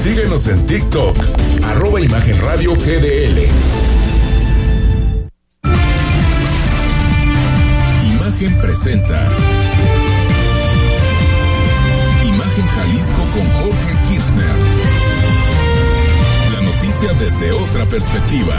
Síguenos en TikTok, @Imagen Radio GDL. Imagen presenta Imagen Jalisco con Jorge Kirchner. La noticia desde otra perspectiva.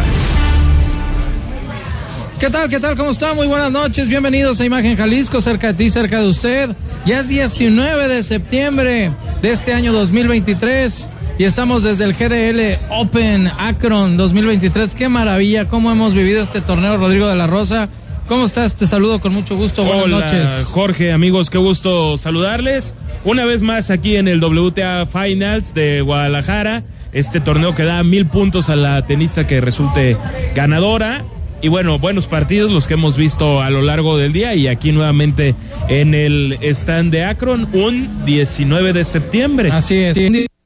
¿Qué tal? ¿Cómo está? Muy buenas noches, bienvenidos a Imagen Jalisco, cerca de ti, cerca de usted. Ya es 19 de septiembre de este año 2023 y estamos desde el GDL Open Akron 2023. Qué maravilla, cómo hemos vivido este torneo, Rodrigo de la Rosa. ¿Cómo estás? Te saludo con mucho gusto, buenas noches. Hola, Jorge, amigos, qué gusto saludarles. Una vez más aquí en el WTA Finals de Guadalajara, este torneo que da 1000 puntos a la tenista que resulte ganadora. Y bueno, buenos partidos los que hemos visto a lo largo del día y aquí nuevamente en el stand de Akron, un 19 de septiembre. Así es.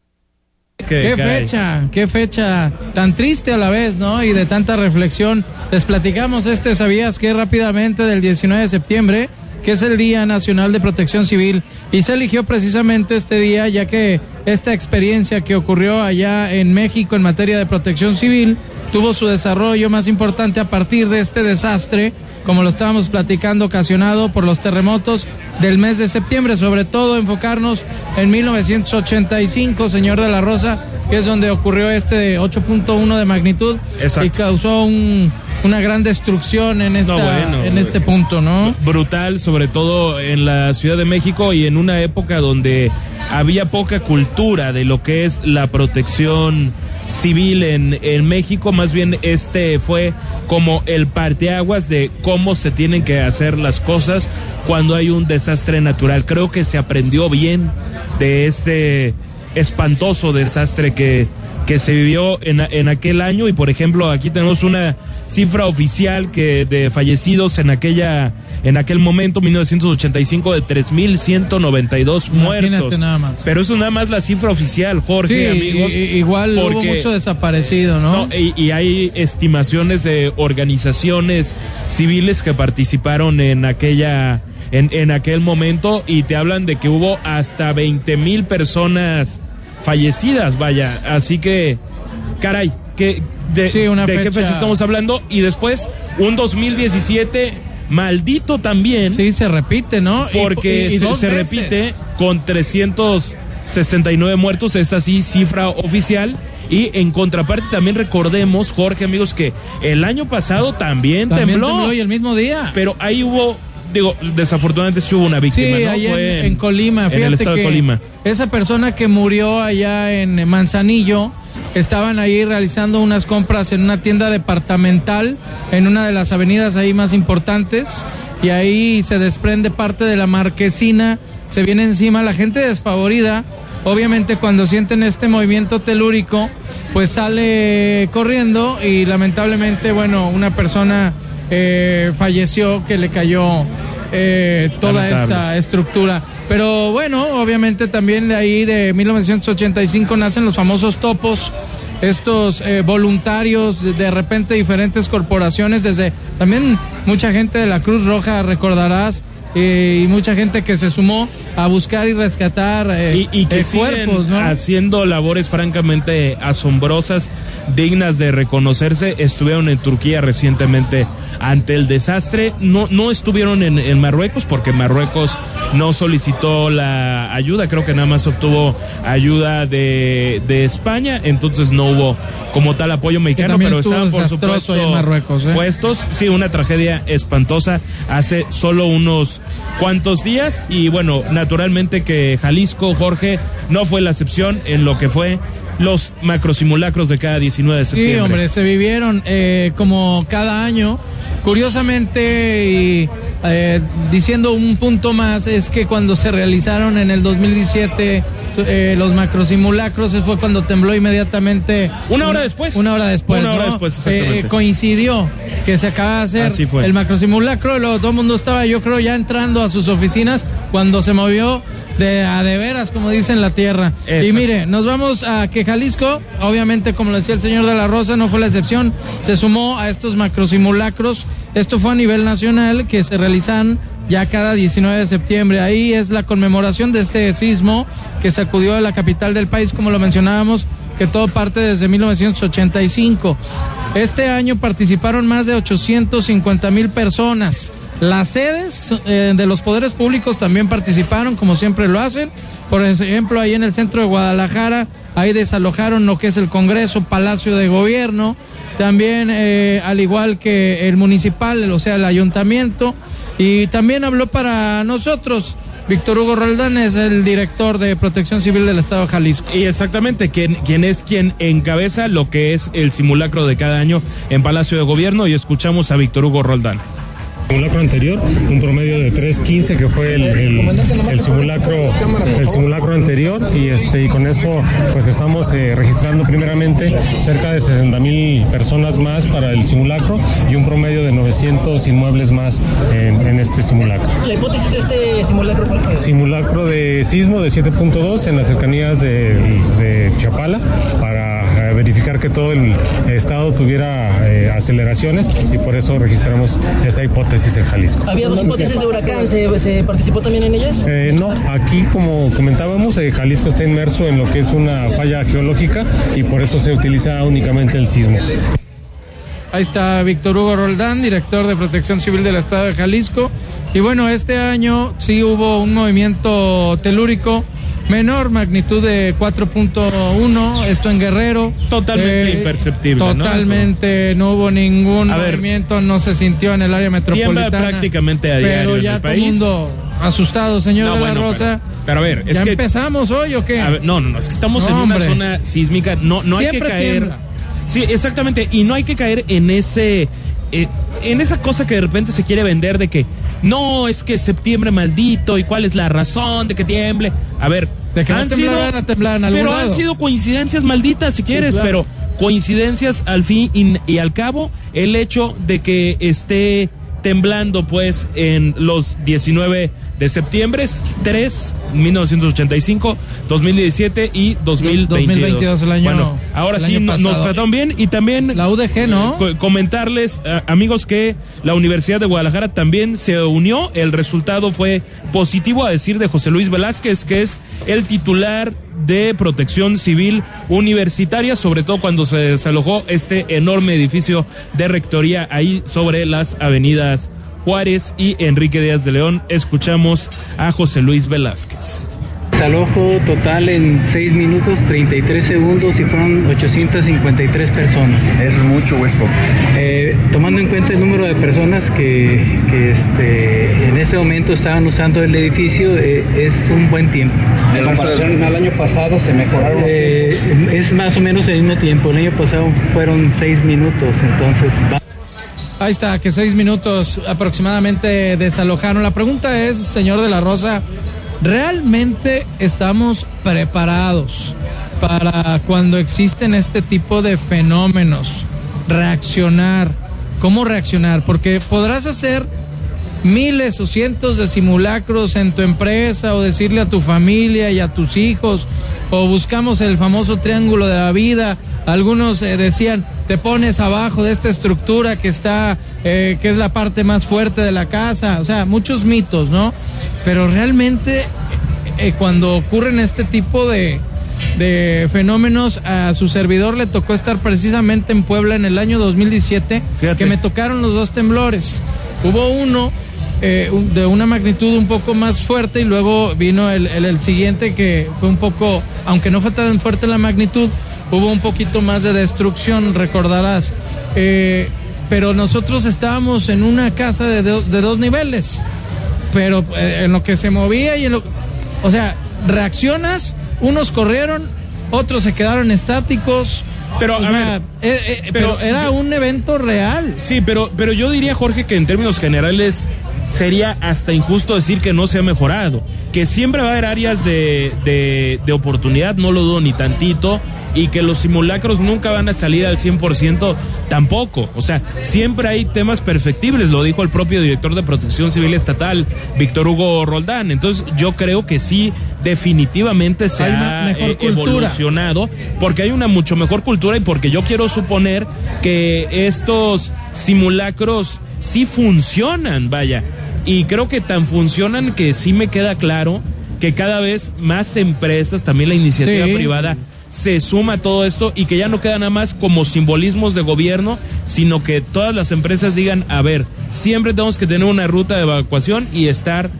Qué fecha tan triste a la vez, ¿no? Y de tanta reflexión. Les platicamos ¿sabías qué? Rápidamente del 19 de septiembre, que es el Día Nacional de Protección Civil, y se eligió precisamente este día ya que esta experiencia que ocurrió allá en México en materia de protección civil tuvo su desarrollo más importante a partir de este desastre, como lo estábamos platicando, ocasionado por los terremotos del mes de septiembre, sobre todo enfocarnos en 1985, señor de la Rosa, que es donde ocurrió este 8.1 de magnitud. Exacto. Y causó una gran destrucción en este punto, ¿no? Brutal, sobre todo en la Ciudad de México y en una época donde había poca cultura de lo que es la protección civil en México. Más bien fue como el parteaguas de cómo se tienen que hacer las cosas cuando hay un desastre natural. Creo que se aprendió bien de este espantoso desastre que se vivió en aquel año. Y por ejemplo aquí tenemos una cifra oficial de fallecidos en aquel momento, 1985, de 3,192 muertos. Nada más. Pero eso nada más la cifra oficial, Jorge, sí, amigos. Igual hubo mucho desaparecido, ¿no? Y hay estimaciones de organizaciones civiles que participaron en aquel momento y te hablan de que hubo hasta 20,000 personas fallecidas, vaya. Así que, caray, ¿de qué fecha estamos hablando? Y después, un 2017 maldito también. Sí, se repite, ¿no? Porque se repite con 369 muertos, esta sí, cifra oficial. Y en contraparte también recordemos, Jorge, amigos, que el año pasado también tembló. Y el mismo día. Pero ahí desafortunadamente sí hubo una víctima, sí, ¿no? Allá fue en Colima. Fíjate, en el estado de Colima. Esa persona que murió allá en Manzanillo, estaban ahí realizando unas compras en una tienda departamental en una de las avenidas ahí más importantes, y ahí se desprende parte de la marquesina, se viene encima, la gente despavorida. Obviamente cuando sienten este movimiento telúrico, pues sale corriendo y lamentablemente, una persona falleció, que le cayó toda esta estructura. Pero obviamente también de ahí de 1985 nacen los famosos topos, estos voluntarios, de repente diferentes corporaciones, desde también mucha gente de la Cruz Roja, recordarás, y mucha gente que se sumó a buscar y rescatar y que cuerpos, ¿no? Haciendo labores francamente asombrosas, dignas de reconocerse. Estuvieron en Turquía recientemente ante el desastre. No estuvieron en Marruecos porque Marruecos no solicitó la ayuda, creo que nada más obtuvo ayuda de España, entonces no hubo como tal apoyo mexicano, pero estaban por supuesto en Marruecos, puestos. Sí, una tragedia espantosa hace solo unos cuantos días. Y naturalmente que Jalisco, Jorge, no fue la excepción en lo que fue los macrosimulacros de cada 19 de septiembre. Sí, hombre, se vivieron como cada año. Curiosamente, y diciendo un punto más, es que cuando se realizaron en el 2017 los macrosimulacros, fue cuando tembló inmediatamente. Una hora después, exactamente. Coincidió que se acaba de hacer el macrosimulacro, y luego todo el mundo estaba, yo creo, ya entrando a sus oficinas cuando se movió de veras, como dicen, la tierra. Eso. Y mire, nos vamos a que Jalisco, obviamente, como lo decía el señor de la Rosa, no fue la excepción, se sumó a estos macrosimulacros. Esto fue a nivel nacional, que se realizan ya cada 19 de septiembre. Ahí es la conmemoración de este sismo que sacudió a la capital del país, como lo mencionábamos, que todo parte desde 1985. Este año participaron más de 850,000 personas. Las sedes de los poderes públicos también participaron, como siempre lo hacen. Por ejemplo, ahí en el centro de Guadalajara, ahí desalojaron lo que es el Congreso, Palacio de Gobierno. También, al igual que el municipal, o sea, el ayuntamiento. Y también habló para nosotros Víctor Hugo Roldán, es el director de Protección Civil del Estado de Jalisco. Y exactamente, quien encabeza lo que es el simulacro de cada año en Palacio de Gobierno, y escuchamos a Víctor Hugo Roldán. Simulacro anterior, un promedio de 3:15 que fue el simulacro anterior, y con eso pues estamos registrando primeramente cerca de 60,000 personas más para el simulacro y un promedio de 900 inmuebles más en este simulacro. ¿La hipótesis de este simulacro cuál fue? Simulacro de sismo de 7.2 en las cercanías de Chapala, para verificar que todo el estado tuviera aceleraciones, y por eso registramos esa hipótesis en Jalisco. Había 2 hipótesis de huracán, ¿se participó también en ellas? No, aquí como comentábamos, Jalisco está inmerso en lo que es una falla geológica y por eso se utiliza únicamente el sismo. Ahí está Víctor Hugo Roldán, director de Protección Civil del Estado de Jalisco. Y bueno, este año sí hubo un movimiento telúrico menor, magnitud de 4.1, esto en Guerrero. Totalmente imperceptible, totalmente, no hubo ningún movimiento, no se sintió en el área metropolitana. Tiembla prácticamente a diario en el país. Pero ya todo el mundo asustado, señor de la Rosa. Pero a ver, es ¿ya que empezamos hoy o qué? A ver, no, es que estamos en una zona sísmica, no hay que caer. Tiembla. Sí, exactamente, y no hay que caer en esa cosa que de repente se quiere vender de que no, es que septiembre maldito, y cuál es la razón de que tiemble. A ver, de que pero han sido coincidencias malditas, si quieres, claro. Pero coincidencias al fin y al cabo, el hecho de que esté temblando pues en los 19 de septiembre, 3, 1985, 2017 y 2022. El año, bueno, ahora sí nos trataron bien, y también la UDG, ¿no? Comentarles, amigos, que la Universidad de Guadalajara también se unió. El resultado fue positivo, a decir de José Luis Velázquez, que es el titular de Protección Civil Universitaria, sobre todo cuando se desalojó este enorme edificio de rectoría ahí sobre las avenidas Juárez y Enrique Díaz de León. Escuchamos a José Luis Velázquez. Desalojo total en 6 minutos 33 segundos y fueron 853 personas. ¿Es mucho o es poco? Tomando en cuenta el número de personas que en ese momento estaban usando el edificio, es un buen tiempo. En comparación al año pasado, ¿se mejoraron los tiempos? Es más o menos el mismo tiempo. El año pasado fueron 6 minutos, entonces... Ahí está, que 6 minutos aproximadamente desalojaron. La pregunta es, señor de la Rosa, ¿realmente estamos preparados para cuando existen este tipo de fenómenos? Reaccionar. ¿Cómo reaccionar? Porque podrás hacer miles o cientos de simulacros en tu empresa, o decirle a tu familia y a tus hijos, o buscamos el famoso triángulo de la vida. Algunos decían, te pones abajo de esta estructura que está, que es la parte más fuerte de la casa. O sea, muchos mitos, ¿no? Pero realmente cuando ocurren este tipo de fenómenos, a su servidor le tocó estar precisamente en Puebla en el año 2017. Fíjate. Que me tocaron los 2 temblores. Hubo uno de una magnitud un poco más fuerte, y luego vino el siguiente, que fue un poco, aunque no fue tan fuerte la magnitud, hubo un poquito más de destrucción, recordarás. Pero nosotros estábamos en una casa de 2 niveles, pero en lo que se movía y o sea, reaccionas, unos corrieron, otros se quedaron estáticos. Pero, pero era un evento real. Sí, pero yo diría, Jorge, que en términos generales sería hasta injusto decir que no se ha mejorado, que siempre va a haber áreas de oportunidad, no lo dudo ni tantito, y que los simulacros nunca van a salir al 100% tampoco. O sea, siempre hay temas perfectibles, lo dijo el propio director de Protección Civil Estatal, Víctor Hugo Roldán. Entonces yo creo que sí, definitivamente se ha evolucionado, porque hay una mucho mejor cultura, y porque yo quiero suponer que estos simulacros sí funcionan, vaya. y creo que tan funcionan que sí me queda claro que cada vez más empresas, también la iniciativa privada, se suma a todo esto y que ya no queda nada más como simbolismos de gobierno, sino que todas las empresas digan, a ver, siempre tenemos que tener una ruta de evacuación y estar,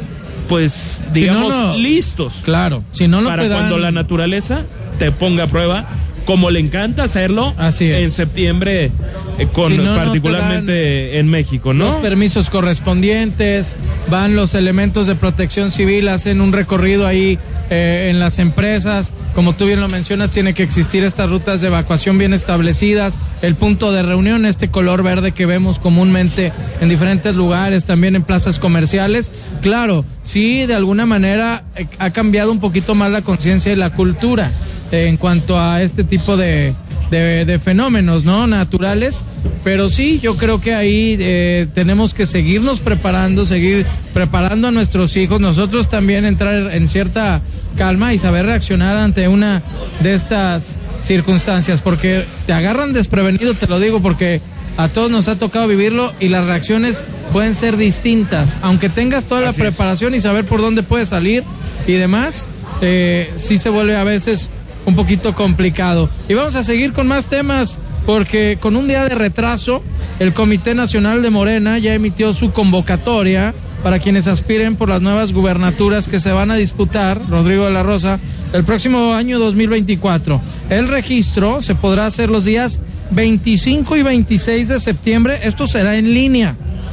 pues, digamos, listos. Claro, si no para cuando la naturaleza te ponga a prueba, como le encanta hacerlo en septiembre, particularmente en México, ¿no? Los permisos correspondientes, van los elementos de protección civil, hacen un recorrido ahí en las empresas. Como tú bien lo mencionas, tiene que existir estas rutas de evacuación bien establecidas, el punto de reunión, este color verde que vemos comúnmente en diferentes lugares, también en plazas comerciales. Claro, sí, de alguna manera ha cambiado un poquito más la conciencia y la cultura en cuanto a este tipo de fenómenos, ¿no? Naturales, pero sí, yo creo que ahí tenemos que seguirnos preparando, seguir preparando a nuestros hijos, nosotros también entrar en cierta calma y saber reaccionar ante una de estas circunstancias, porque te agarran desprevenido, te lo digo, porque a todos nos ha tocado vivirlo y las reacciones pueden ser distintas, aunque tengas toda la preparación y saber por dónde puedes salir y demás, sí se vuelve a veces un poquito complicado. Y vamos a seguir con más temas, porque con un día de retraso, el Comité Nacional de Morena ya emitió su convocatoria para quienes aspiren por las nuevas gubernaturas que se van a disputar, Rodrigo de la Rosa, el próximo año 2024. El registro se podrá hacer los días 25 y 26 de septiembre, esto será en línea.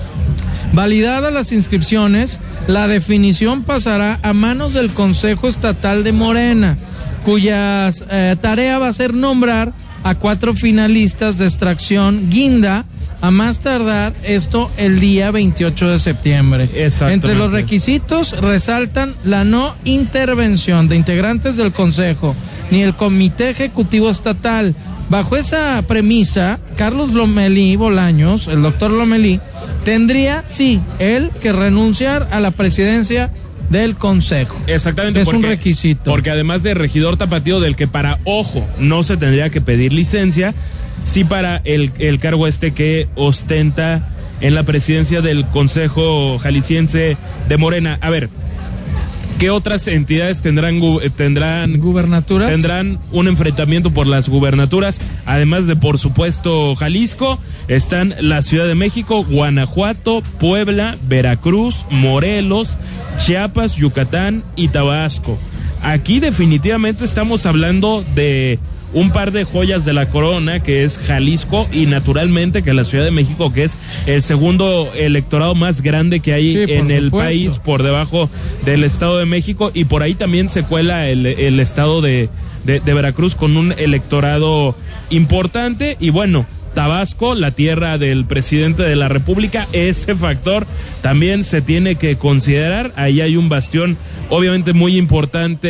Validadas las inscripciones, la definición pasará a manos del Consejo Estatal de Morena, cuya tarea va a ser nombrar a 4 finalistas de extracción guinda, a más tardar esto el día 28 de septiembre. Entre los requisitos resaltan la no intervención de integrantes del Consejo ni el Comité Ejecutivo Estatal. Bajo esa premisa, Carlos Lomelí Bolaños, el doctor Lomelí, tendría, sí, él que renunciar a la presidencia del Consejo. Exactamente. Es un requisito. Porque además de regidor tapatío, del que para, ojo, no se tendría que pedir licencia, sí para el cargo que ostenta en la presidencia del Consejo Jalisciense de Morena. A ver, ¿qué otras entidades tendrán gubernaturas? Tendrán un enfrentamiento por las gubernaturas, además de, por supuesto, Jalisco. Están la Ciudad de México, Guanajuato, Puebla, Veracruz, Morelos, Chiapas, Yucatán y Tabasco. Aquí definitivamente estamos hablando de un par de joyas de la corona, que es Jalisco y naturalmente que la Ciudad de México, que es el segundo electorado más grande que hay en el país, por debajo del Estado de México, y por ahí también se cuela el estado de Veracruz con un electorado importante. Y bueno, Tabasco, la tierra del presidente de la República, ese factor también se tiene que considerar. Ahí hay un bastión obviamente muy importante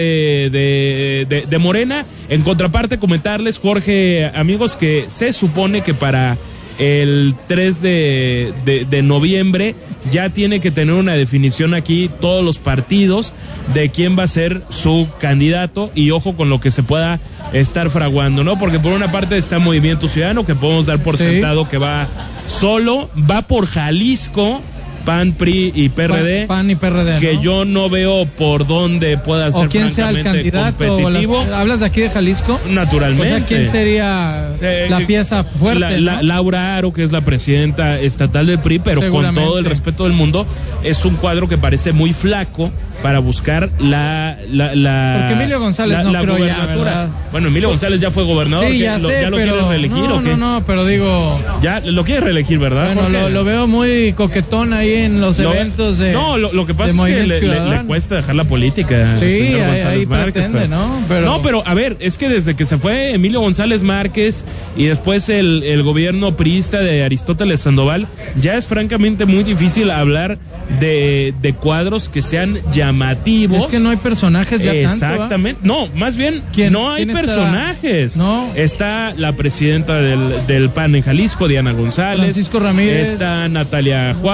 de Morena. En contraparte, comentarles, Jorge, amigos, que se supone que para el 3 de noviembre ya tiene que tener una definición aquí todos los partidos de quién va a ser su candidato, y ojo con lo que se pueda estar fraguando, ¿no? Porque por una parte está Movimiento Ciudadano, que podemos dar por sentado que va solo, va por Jalisco, PAN, PRI y PRD, PAN y PRD, que ¿no? Yo no veo por dónde pueda ser, o quién sea el candidato competitivo. ¿Hablas de aquí de Jalisco? Naturalmente. O sea, ¿quién sería la pieza fuerte? ¿No? Laura Aro, que es la presidenta estatal del PRI, pero con todo el respeto del mundo, es un cuadro que parece muy flaco para buscar porque Emilio González no creo ya, ¿verdad? Bueno, Emilio González ya fue gobernador. Sí, ya sé, lo pero quieres reelegir, ¿o qué? No, pero digo... Ya lo quieres reelegir, ¿verdad? Bueno, lo veo muy coquetón ahí en los eventos de... No, lo que pasa es que le cuesta dejar la política. Sí, señor González ahí Márquez, pretende, ¿no? Pero a ver, es que desde que se fue Emilio González Márquez y después el gobierno priista de Aristóteles Sandoval, ya es francamente muy difícil hablar de cuadros que sean llamativos. Es que no hay personajes ya tanto. Exactamente. No, más bien, no hay personajes. No. Está la presidenta del PAN en Jalisco, Diana González. Francisco Ramírez. Está Natalia Juárez,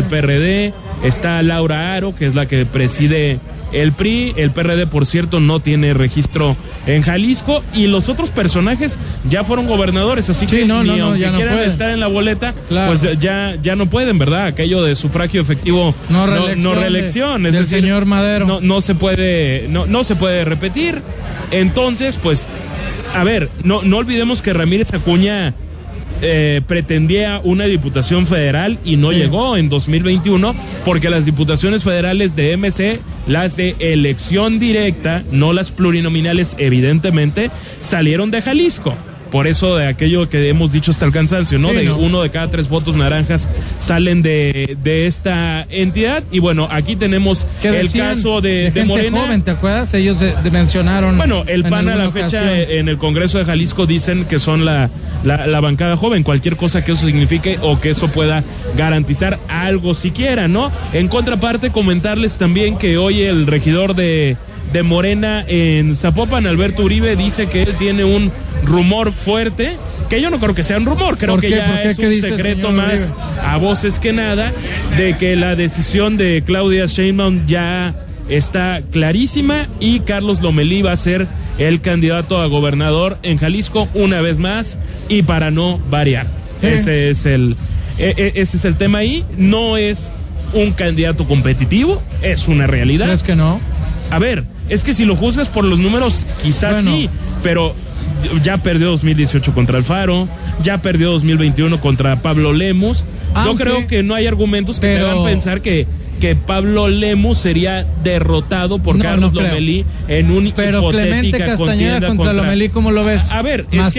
del PRD, está Laura Aro, que es la que preside el PRI. El PRD, por cierto, no tiene registro en Jalisco, y los otros personajes ya fueron gobernadores, así que aunque quieran estar en la boleta, pues ya no pueden, ¿verdad? Aquello de sufragio efectivo, no reelección, es decir, señor Madero. No se puede repetir. Entonces, pues, a ver, no olvidemos que Ramírez Acuña pretendía una diputación federal y no llegó en 2021, porque las diputaciones federales de MC, las de elección directa, no las plurinominales, evidentemente, salieron de Jalisco. Por eso de aquello que hemos dicho hasta el cansancio, ¿no? De 1 de cada 3 votos naranjas salen de esta entidad. Y bueno, aquí tenemos el caso de Morena. Joven, ¿te acuerdas? Ellos mencionaron. Bueno, el PAN a la fecha en el Congreso de Jalisco dicen que son la bancada joven, cualquier cosa que eso signifique o que eso pueda garantizar algo siquiera, ¿no? En contraparte, comentarles también que hoy el regidor de Morena en Zapopan, Alberto Uribe, dice que él tiene un rumor fuerte, que yo no creo que sea un rumor, creo que ya es un secreto más a voces que nada, de que la decisión de Claudia Sheinbaum ya está clarísima y Carlos Lomelí va a ser el candidato a gobernador en Jalisco una vez más, y para no variar. Ese es el tema ahí. No es un candidato competitivo, es una realidad. ¿Es que no? A ver, es que si lo juzgas por los números, quizás sí, pero ya perdió 2018 contra Alfaro, ya perdió 2021 contra Pablo Lemus. Yo creo que no hay argumentos que te hagan pensar que Pablo Lemus sería derrotado por Carlos Lomelí en un hipotética Clemente Castañeda contra Lomelí, ¿cómo lo ves? A ver, más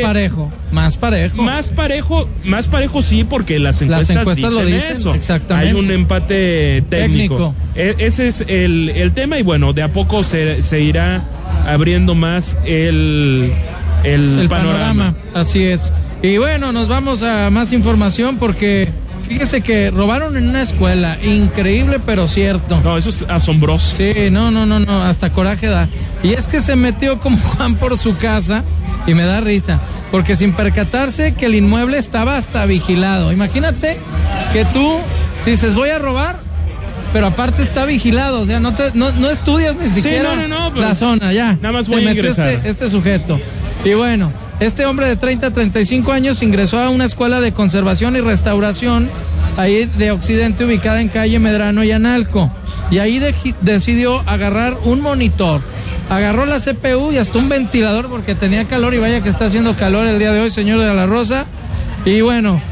parejo sí, porque las encuestas dicen lo dicen eso. Exactamente. Hay un empate técnico. Ese es el tema, y bueno, de a poco se irá abriendo más el panorama. Así es. Y bueno, nos vamos a más información, porque fíjese que robaron en una escuela, increíble pero cierto. No, eso es asombroso. Sí, no, hasta coraje da. Y es que se metió como Juan por su casa, y me da risa, porque sin percatarse que el inmueble estaba hasta vigilado. Imagínate que tú dices, voy a robar, pero aparte está vigilado, o sea, no estudias ni siquiera la zona, ya. Nada más voy a ingresar. Este sujeto. Y bueno, este hombre de 30 a 35 años ingresó a una escuela de conservación y restauración ahí de Occidente, ubicada en calle Medrano y Analco. Y ahí decidió agarrar un monitor, agarró la CPU y hasta un ventilador, porque tenía calor, y vaya que está haciendo calor el día de hoy, señor de la Rosa. Y bueno,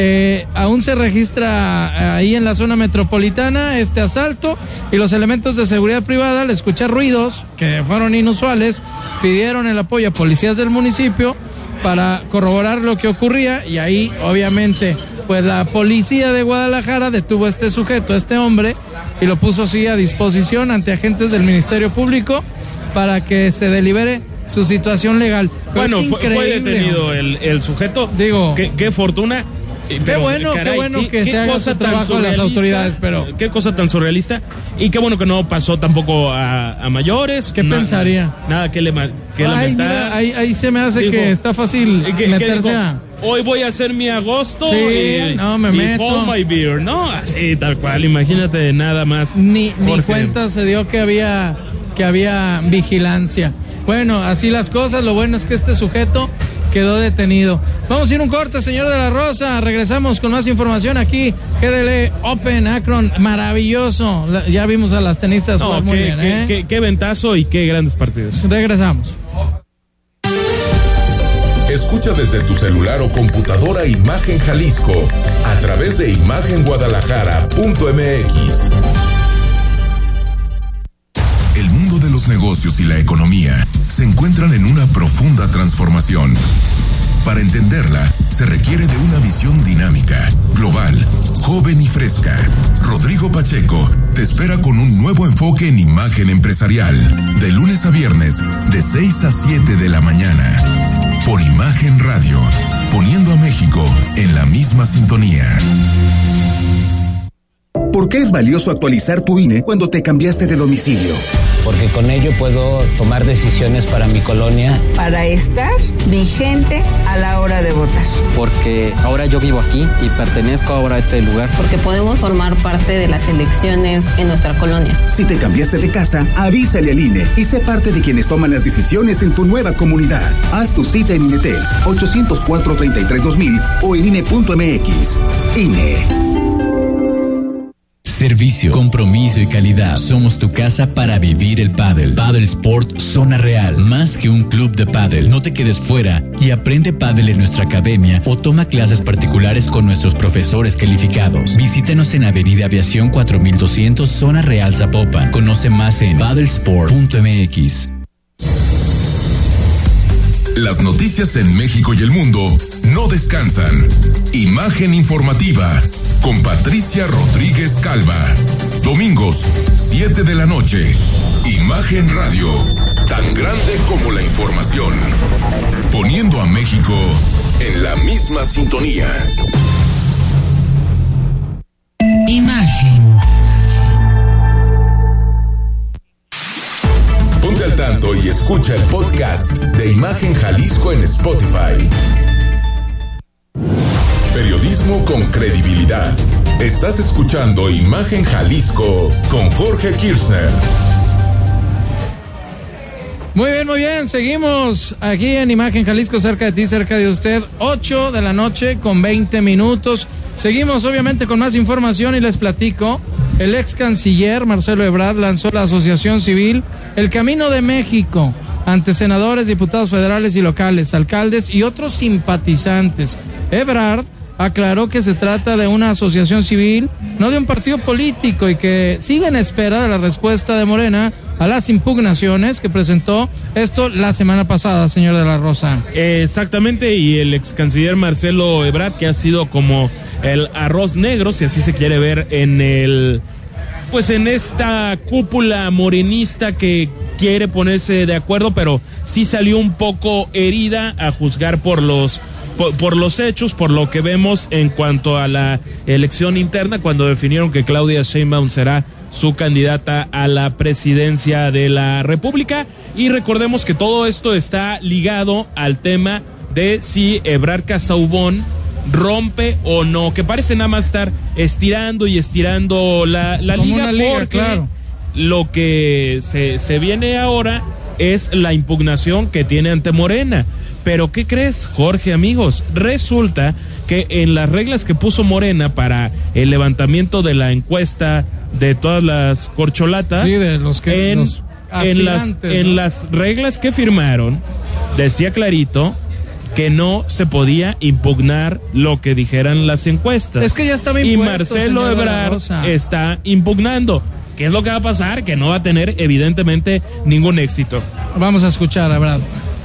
aún se registra ahí en la zona metropolitana este asalto, y los elementos de seguridad privada, al escuchar ruidos que fueron inusuales, pidieron el apoyo a policías del municipio para corroborar lo que ocurría, y ahí obviamente pues la policía de Guadalajara detuvo a este sujeto, a este hombre, y lo puso así a disposición ante agentes del Ministerio Público para que se delibere su situación legal. Pero bueno, fue detenido el sujeto. Digo, qué fortuna. Qué bueno que se haga su trabajo de las autoridades, pero qué cosa tan surrealista, y qué bueno que no pasó tampoco a mayores. ¿Qué pensaría? Nada que lamentar. Mira, ahí se me hace que está fácil meterse a... Hoy voy a hacer mi agosto y me meto. Hold my beer, ¿no? Así, tal cual, imagínate, nada más. Ni cuenta se dio que había vigilancia. Bueno, así las cosas. Lo bueno es que este sujeto quedó detenido. Vamos a ir un corte, señor de la Rosa. Regresamos con más información aquí. GDL Open Akron, maravilloso. Ya vimos a las tenistas jugar muy bien. Qué ventazo y qué grandes partidos. Regresamos. Escucha desde tu celular o computadora Imagen Jalisco a través de imagenguadalajara.mx. El mundo de los negocios y la economía se encuentran en una profunda transformación. Para entenderla, se requiere de una visión dinámica, global, joven y fresca. Rodrigo Pacheco te espera con un nuevo enfoque en Imagen Empresarial, de lunes a viernes, de 6 a 7 de la mañana. Por Imagen Radio, poniendo a México en la misma sintonía. ¿Por qué es valioso actualizar tu INE cuando te cambiaste de domicilio? Porque con ello puedo tomar decisiones para mi colonia. Para estar vigente a la hora de votar. Porque ahora yo vivo aquí y pertenezco ahora a este lugar. Porque podemos formar parte de las elecciones en nuestra colonia. Si te cambiaste de casa, avísale al INE y sé parte de quienes toman las decisiones en tu nueva comunidad. Haz tu cita en INETEL 804-33-2000 o en INE.mx. INE. Servicio, compromiso y calidad. Somos tu casa para vivir el pádel. Pádel Sport Zona Real. Más que un club de pádel. No te quedes fuera y aprende pádel en nuestra academia o toma clases particulares con nuestros profesores calificados. Visítanos en Avenida Aviación 4200 Zona Real Zapopan. Conoce más en padelsport.mx. Las noticias en México y el mundo no descansan. Imagen informativa con Patricia Rodríguez Calva. Domingos, 7 de la noche. Imagen Radio, tan grande como la información. Poniendo a México en la misma sintonía. Imagen. Ponte al tanto y escucha el podcast de Imagen Jalisco en Spotify. Periodismo con credibilidad. Estás escuchando Imagen Jalisco con Jorge Kirchner. Muy bien, seguimos aquí en Imagen Jalisco, cerca de ti, cerca de usted, 8 de la noche con 20 minutos. Seguimos obviamente con más información y les platico. El ex canciller Marcelo Ebrard lanzó la asociación civil El Camino de México ante senadores, diputados federales y locales, alcaldes y otros simpatizantes. Ebrard aclaró que se trata de una asociación civil, no de un partido político, y que sigue en espera de la respuesta de Morena a las impugnaciones que presentó esto la semana pasada, señor de la Rosa. Exactamente, y el ex canciller Marcelo Ebrard, que ha sido como el arroz negro, si así se quiere ver, en esta cúpula morenista que quiere ponerse de acuerdo, pero sí salió un poco herida a juzgar por los hechos, por lo que vemos en cuanto a la elección interna, cuando definieron que Claudia Sheinbaum será su candidata a la presidencia de la República. Y recordemos que todo esto está ligado al tema de si Ebrard Casaubon rompe o no, que parece nada más estar estirando la liga, porque claro, lo que se viene ahora es la impugnación que tiene ante Morena. Pero ¿qué crees, Jorge, amigos? Resulta que en las reglas que puso Morena para el levantamiento de la encuesta de todas las corcholatas, sí, de los que en las reglas que firmaron, decía clarito que no se podía impugnar lo que dijeran las encuestas. Es que ya estaba impuesto, y Marcelo Ebrard está impugnando. ¿Qué es lo que va a pasar? Que no va a tener evidentemente ningún éxito. Vamos a escuchar a Ebrard.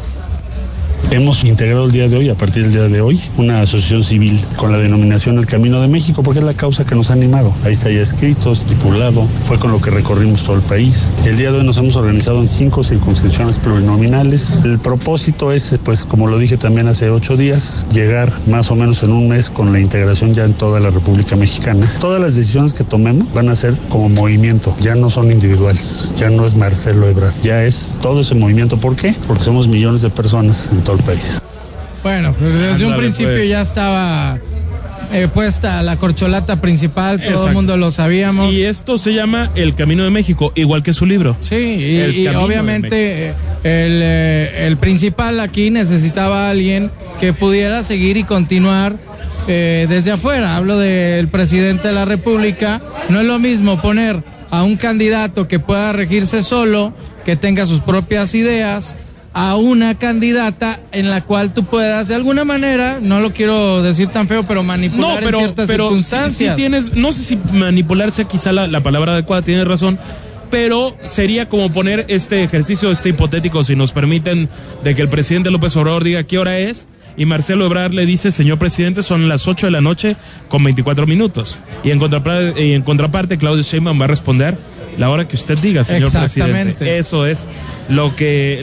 Hemos integrado el día de hoy, a partir del día de hoy, una asociación civil con la denominación El Camino de México, porque es la causa que nos ha animado. Ahí está ya escrito, estipulado, fue con lo que recorrimos todo el país. El día de hoy nos hemos organizado en 5 circunscripciones plurinominales. El propósito es, pues como lo dije también hace 8 días, llegar más o menos en un mes con la integración ya en toda la República Mexicana. Todas las decisiones que tomemos van a ser como movimiento, ya no son individuales, ya no es Marcelo Ebrard, ya es todo ese movimiento. ¿Por qué? Porque somos millones de personas en todo el país. Bueno, pues desde un principio ya estaba puesta la corcholata principal, todo el mundo lo sabíamos. Y esto se llama El Camino de México, igual que su libro. Sí, y obviamente el principal aquí necesitaba a alguien que pudiera seguir y continuar desde afuera. Hablo del presidente de la República. No es lo mismo poner a un candidato que pueda regirse solo, que tenga sus propias ideas, a una candidata en la cual tú puedas de alguna manera, no lo quiero decir tan feo, pero manipular en ciertas circunstancias. Sí tienes, no sé si manipular sea quizá la palabra adecuada, tienes razón, pero sería como poner este ejercicio, hipotético, si nos permiten, de que el presidente López Obrador diga qué hora es, y Marcelo Ebrard le dice: señor presidente, son las 8 de la noche con 24 minutos. Y en contraparte, Claudia Sheinbaum va a responder: la hora que usted diga, señor presidente. Eso es lo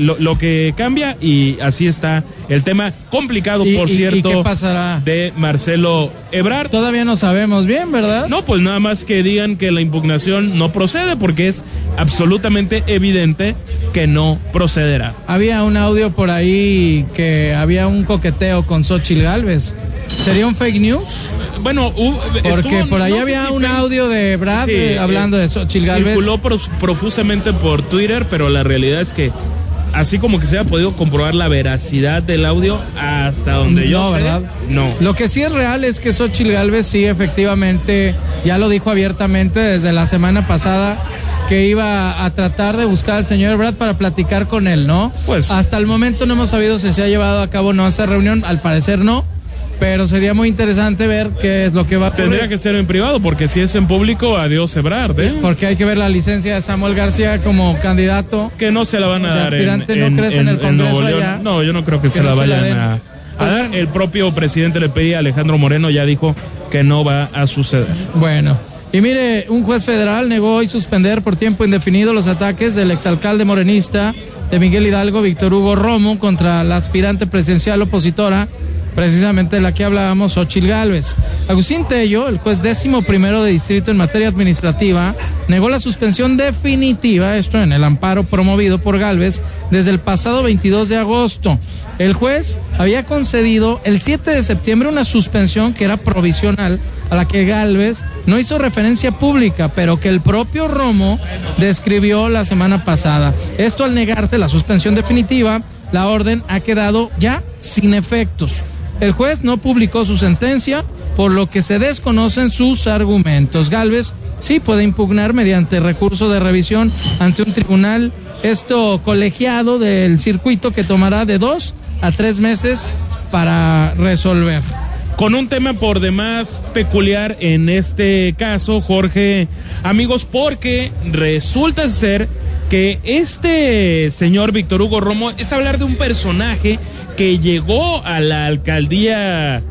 que cambia, y así está el tema complicado, por cierto. ¿Y qué pasará? De Marcelo Ebrard. Todavía no sabemos bien, ¿verdad? No, pues nada más que digan que la impugnación no procede, porque es absolutamente evidente que no procederá. Había un audio por ahí que había un coqueteo con Xóchitl Gálvez. ¿Sería un fake news? Bueno, porque por ahí había un audio de Brad hablando de Xóchitl Gálvez. Circuló profusamente por Twitter, pero la realidad es que así como que se ha podido comprobar la veracidad del audio, hasta donde yo sé, ¿verdad? No. Lo que sí es real es que Xóchitl Gálvez sí, efectivamente, ya lo dijo abiertamente desde la semana pasada, que iba a tratar de buscar al señor Ebrard para platicar con él, ¿no? Pues hasta el momento no hemos sabido si se ha llevado a cabo o no esa reunión, al parecer no. Pero sería muy interesante ver qué es lo que va a ocurrir. Tendría que ser en privado, porque si es en público, adiós Ebrard, ¿eh? Porque hay que ver la licencia de Samuel García como candidato. Que no se la van a dar aspirante, ¿no crees en el Congreso allá? No, yo no creo que se la vayan a dar. El propio presidente le pedía, Alejandro Moreno, ya dijo que no va a suceder. Bueno, y mire, un juez federal negó hoy suspender por tiempo indefinido los ataques del exalcalde morenista de Miguel Hidalgo, Víctor Hugo Romo, contra la aspirante presidencial opositora, precisamente de la que hablábamos, Xóchitl Gálvez. Agustín Tello, el juez 11º de distrito en materia administrativa, negó la suspensión definitiva, esto en el amparo promovido por Gálvez, desde el pasado 22 de agosto. El juez había concedido el 7 de septiembre una suspensión que era provisional, a la que Gálvez no hizo referencia pública, pero que el propio Romo describió la semana pasada. Esto, al negarse la suspensión definitiva, la orden ha quedado ya sin efectos. El juez no publicó su sentencia, por lo que se desconocen sus argumentos. Gálvez sí puede impugnar mediante recurso de revisión ante un tribunal, esto colegiado del circuito, que tomará de 2 a 3 meses para resolver. Con un tema por demás peculiar en este caso, Jorge, amigos, porque resulta ser que este señor Víctor Hugo Romo es hablar de un personaje que llegó a la alcaldía,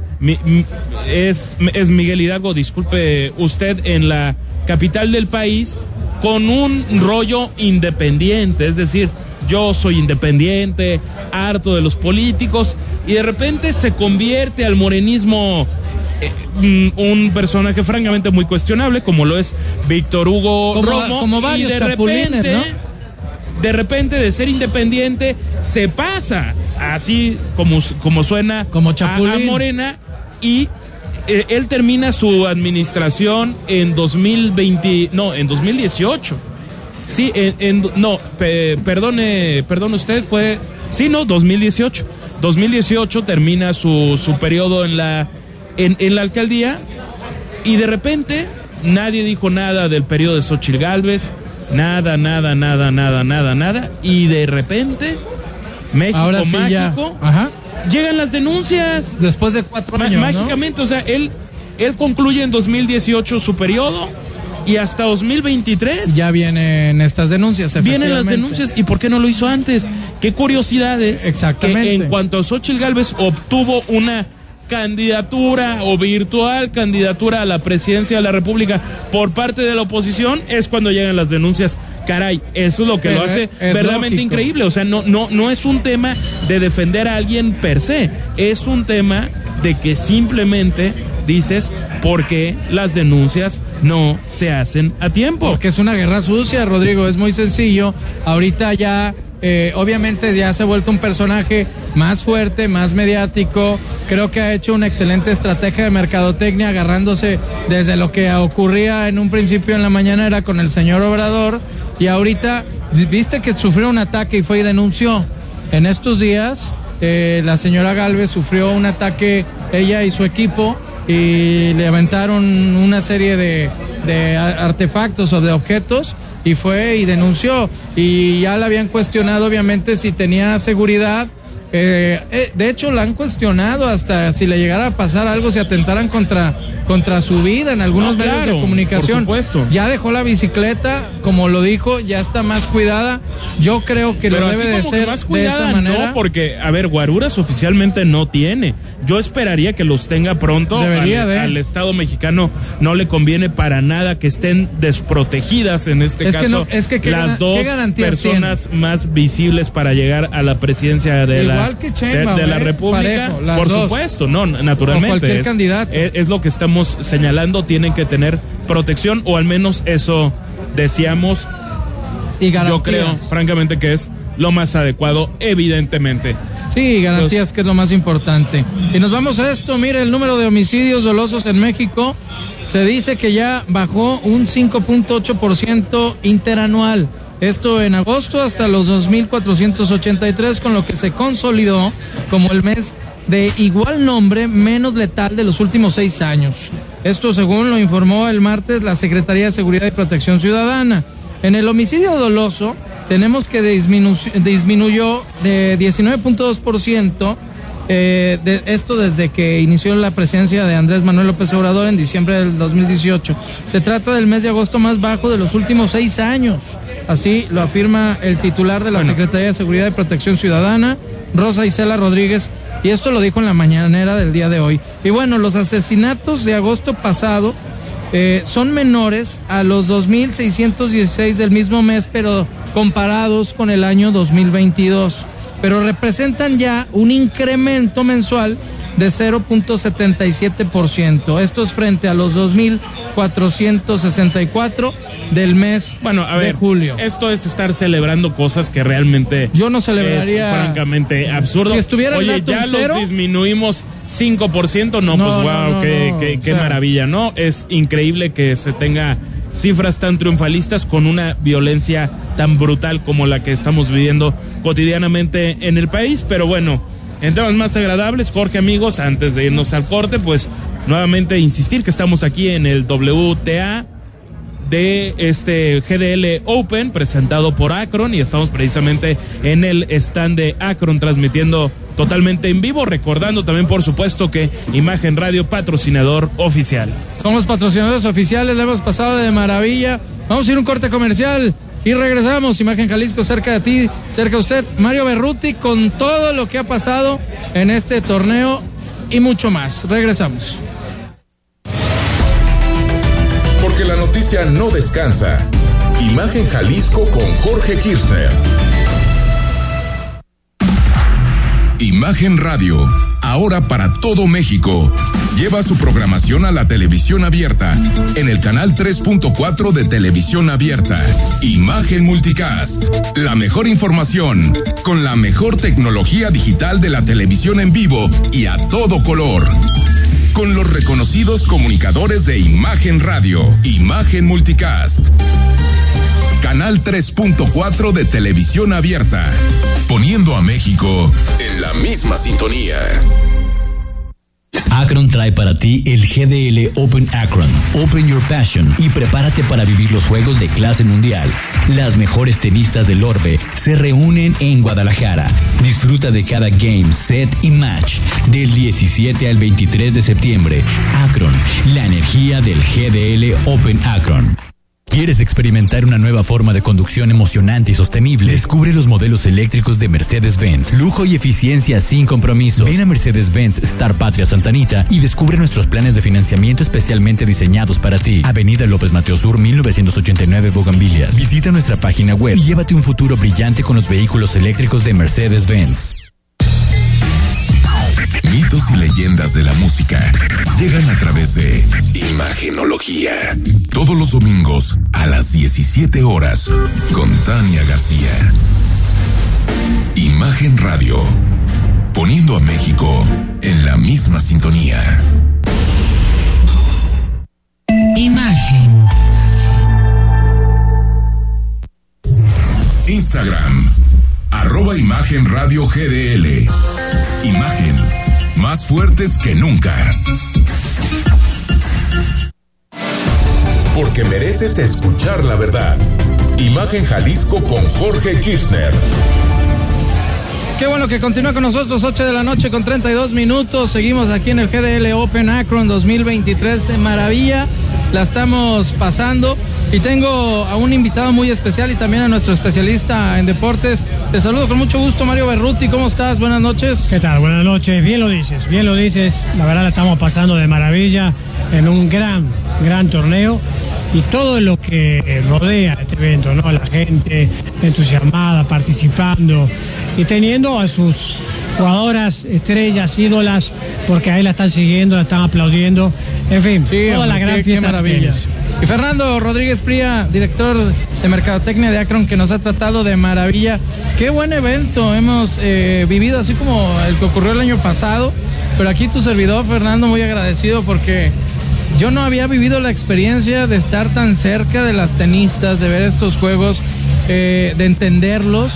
es Miguel Hidalgo, disculpe usted, en la capital del país, con un rollo independiente, es decir, yo soy independiente, harto de los políticos, y de repente se convierte al morenismo un personaje francamente muy cuestionable, como lo es Víctor Hugo Romo, como varios, y de repente de ser independiente se pasa, así como suena, como Chapulín, a Morena, y él termina su administración en 2018. Sí, perdone usted, 2018. 2018 termina su periodo en la alcaldía, y de repente nadie dijo nada del periodo de Xóchitl Gálvez, nada, y de repente México ahora sí, mágico, llegan las denuncias. Después de 4 años, mágicamente, ¿no? O sea, él concluye en 2018 su periodo, y hasta 2023 ya vienen estas denuncias. Vienen las denuncias. ¿Y por qué no lo hizo antes? Qué curiosidades. Exactamente. Que en cuanto a Xóchitl Gálvez obtuvo una candidatura o virtual candidatura a la presidencia de la República por parte de la oposición, es cuando llegan las denuncias. Caray, eso es lo que lo hace verdaderamente increíble. O sea, no es un tema de defender a alguien per se, es un tema de que simplemente dices por qué las denuncias no se hacen a tiempo. Porque es una guerra sucia, Rodrigo, es muy sencillo. Ahorita ya, obviamente ya se ha vuelto un personaje más fuerte, más mediático. Creo que ha hecho una excelente estrategia de mercadotecnia, agarrándose desde lo que ocurría en un principio en la mañanera con el señor Obrador, y ahorita, viste que sufrió un ataque y fue y denunció. En estos días, la señora Gálvez sufrió un ataque, ella y su equipo, y le aventaron una serie de artefactos o de objetos, y fue y denunció, y ya le habían cuestionado obviamente si tenía seguridad, De hecho, la han cuestionado hasta si le llegara a pasar algo, si atentaran contra su vida en algunos medios de comunicación. Por supuesto. Ya dejó la bicicleta, como lo dijo, ya está más cuidada. Yo creo que lo debe de ser más cuidada, de esa manera. No, porque, a ver, guaruras oficialmente no tiene. Yo esperaría que los tenga pronto. Al Estado mexicano no le conviene para nada que estén desprotegidas en este caso. Las dos personas más visibles para llegar a la presidencia de la República. Parejo, por dos. Supuesto, no, naturalmente. O cualquier candidato. Es lo que estamos señalando, tienen que tener protección, o al menos eso decíamos. Y garantías. Yo creo, francamente, que es lo más adecuado, evidentemente. Sí, garantías, que es lo más importante. Y nos vamos a esto. Mire, el número de homicidios dolosos en México se dice que ya bajó un 5.8% interanual. Esto en agosto hasta los 2.483, con lo que se consolidó como el mes de igual nombre menos letal de los últimos 6 años. Esto según lo informó el martes la Secretaría de Seguridad y Protección Ciudadana. En el homicidio doloso tenemos que disminuyó de 19.2%, esto desde que inició la presidencia de Andrés Manuel López Obrador en diciembre del 2018. Se trata del mes de agosto más bajo de los últimos 6 años. Así lo afirma el titular de la Secretaría de Seguridad y Protección Ciudadana, Rosa Isela Rodríguez, y esto lo dijo en la mañanera del día de hoy. Y bueno, los asesinatos de agosto pasado son menores a los 2.616 del mismo mes, pero comparados con el año 2022. Pero representan ya un incremento mensual de 0.77%. Esto es frente a los 2.464 del mes de julio. Esto es estar celebrando cosas que realmente yo no celebraría. Es francamente absurdo. Si estuviera el dato ya cero, los disminuimos 5%, qué maravilla, ¿no? Es increíble que se tenga cifras tan triunfalistas con una violencia tan brutal como la que estamos viviendo cotidianamente en el país. Pero bueno, en temas más agradables, Jorge, amigos, antes de irnos al corte, pues nuevamente insistir que estamos aquí en el WTA de este GDL Open presentado por Akron, y estamos precisamente en el stand de Akron transmitiendo totalmente en vivo, recordando también por supuesto que Imagen Radio, patrocinador oficial. Somos patrocinadores oficiales, le hemos pasado de maravilla. Vamos a ir a un corte comercial y regresamos. Imagen Jalisco, cerca de ti, cerca de usted, Mario Berruti, con todo lo que ha pasado en este torneo y mucho más. Regresamos. Porque la noticia no descansa. Imagen Jalisco con Jorge Kirchner. Imagen Radio, ahora para todo México. Lleva su programación a la televisión abierta en el canal 3.4 de televisión abierta. Imagen Multicast, la mejor información con la mejor tecnología digital de la televisión en vivo y a todo color. Con los reconocidos comunicadores de Imagen Radio, Imagen Multicast. Canal 3.4 de televisión abierta, poniendo a México en la misma sintonía. Akron trae para ti el GDL Open Akron. Open your passion y prepárate para vivir los juegos de clase mundial. Las mejores tenistas del orbe se reúnen en Guadalajara. Disfruta de cada game, set y match del 17 al 23 de septiembre. Akron, la energía del GDL Open Akron. ¿Quieres experimentar una nueva forma de conducción emocionante y sostenible? Descubre los modelos eléctricos de Mercedes-Benz. Lujo y eficiencia sin compromisos. Ven a Mercedes-Benz Star Patria Santa Anita y descubre nuestros planes de financiamiento especialmente diseñados para ti. Avenida López Mateo Sur, 1989, Bougainvillas. Visita nuestra página web y llévate un futuro brillante con los vehículos eléctricos de Mercedes-Benz. Mitos y leyendas de la música llegan a través de Imagenología. Todos los domingos a las 17 horas con Tania García. Imagen Radio, poniendo a México en la misma sintonía. Imagen. Instagram, @Imagen Radio GDL. Imagen, más fuertes que nunca. Porque mereces escuchar la verdad. Imagen Jalisco con Jorge Kirchner. Qué bueno que continúa con nosotros, 8 de la noche con 32 minutos. Seguimos aquí en el GDL Open Akron 2023 de maravilla. La estamos pasando y tengo a un invitado muy especial y también a nuestro especialista en deportes. Te saludo con mucho gusto, Mario Berruti. ¿Cómo estás? Buenas noches. ¿Qué tal? Buenas noches. Bien lo dices. La verdad la estamos pasando de maravilla en un gran torneo. Y todo lo que rodea este evento, ¿no? La gente entusiasmada, participando y teniendo a sus jugadoras, estrellas, ídolas, porque ahí la están siguiendo, la están aplaudiendo. En fin, sí, toda la gran fiesta. Qué maravilla. Y Fernando Rodríguez Pría, director de Mercadotecnia de Akron, que nos ha tratado de maravilla. Qué buen evento hemos vivido, así como el que ocurrió el año pasado. Pero aquí tu servidor, Fernando, muy agradecido porque yo no había vivido la experiencia de estar tan cerca de las tenistas, de ver estos juegos, de entenderlos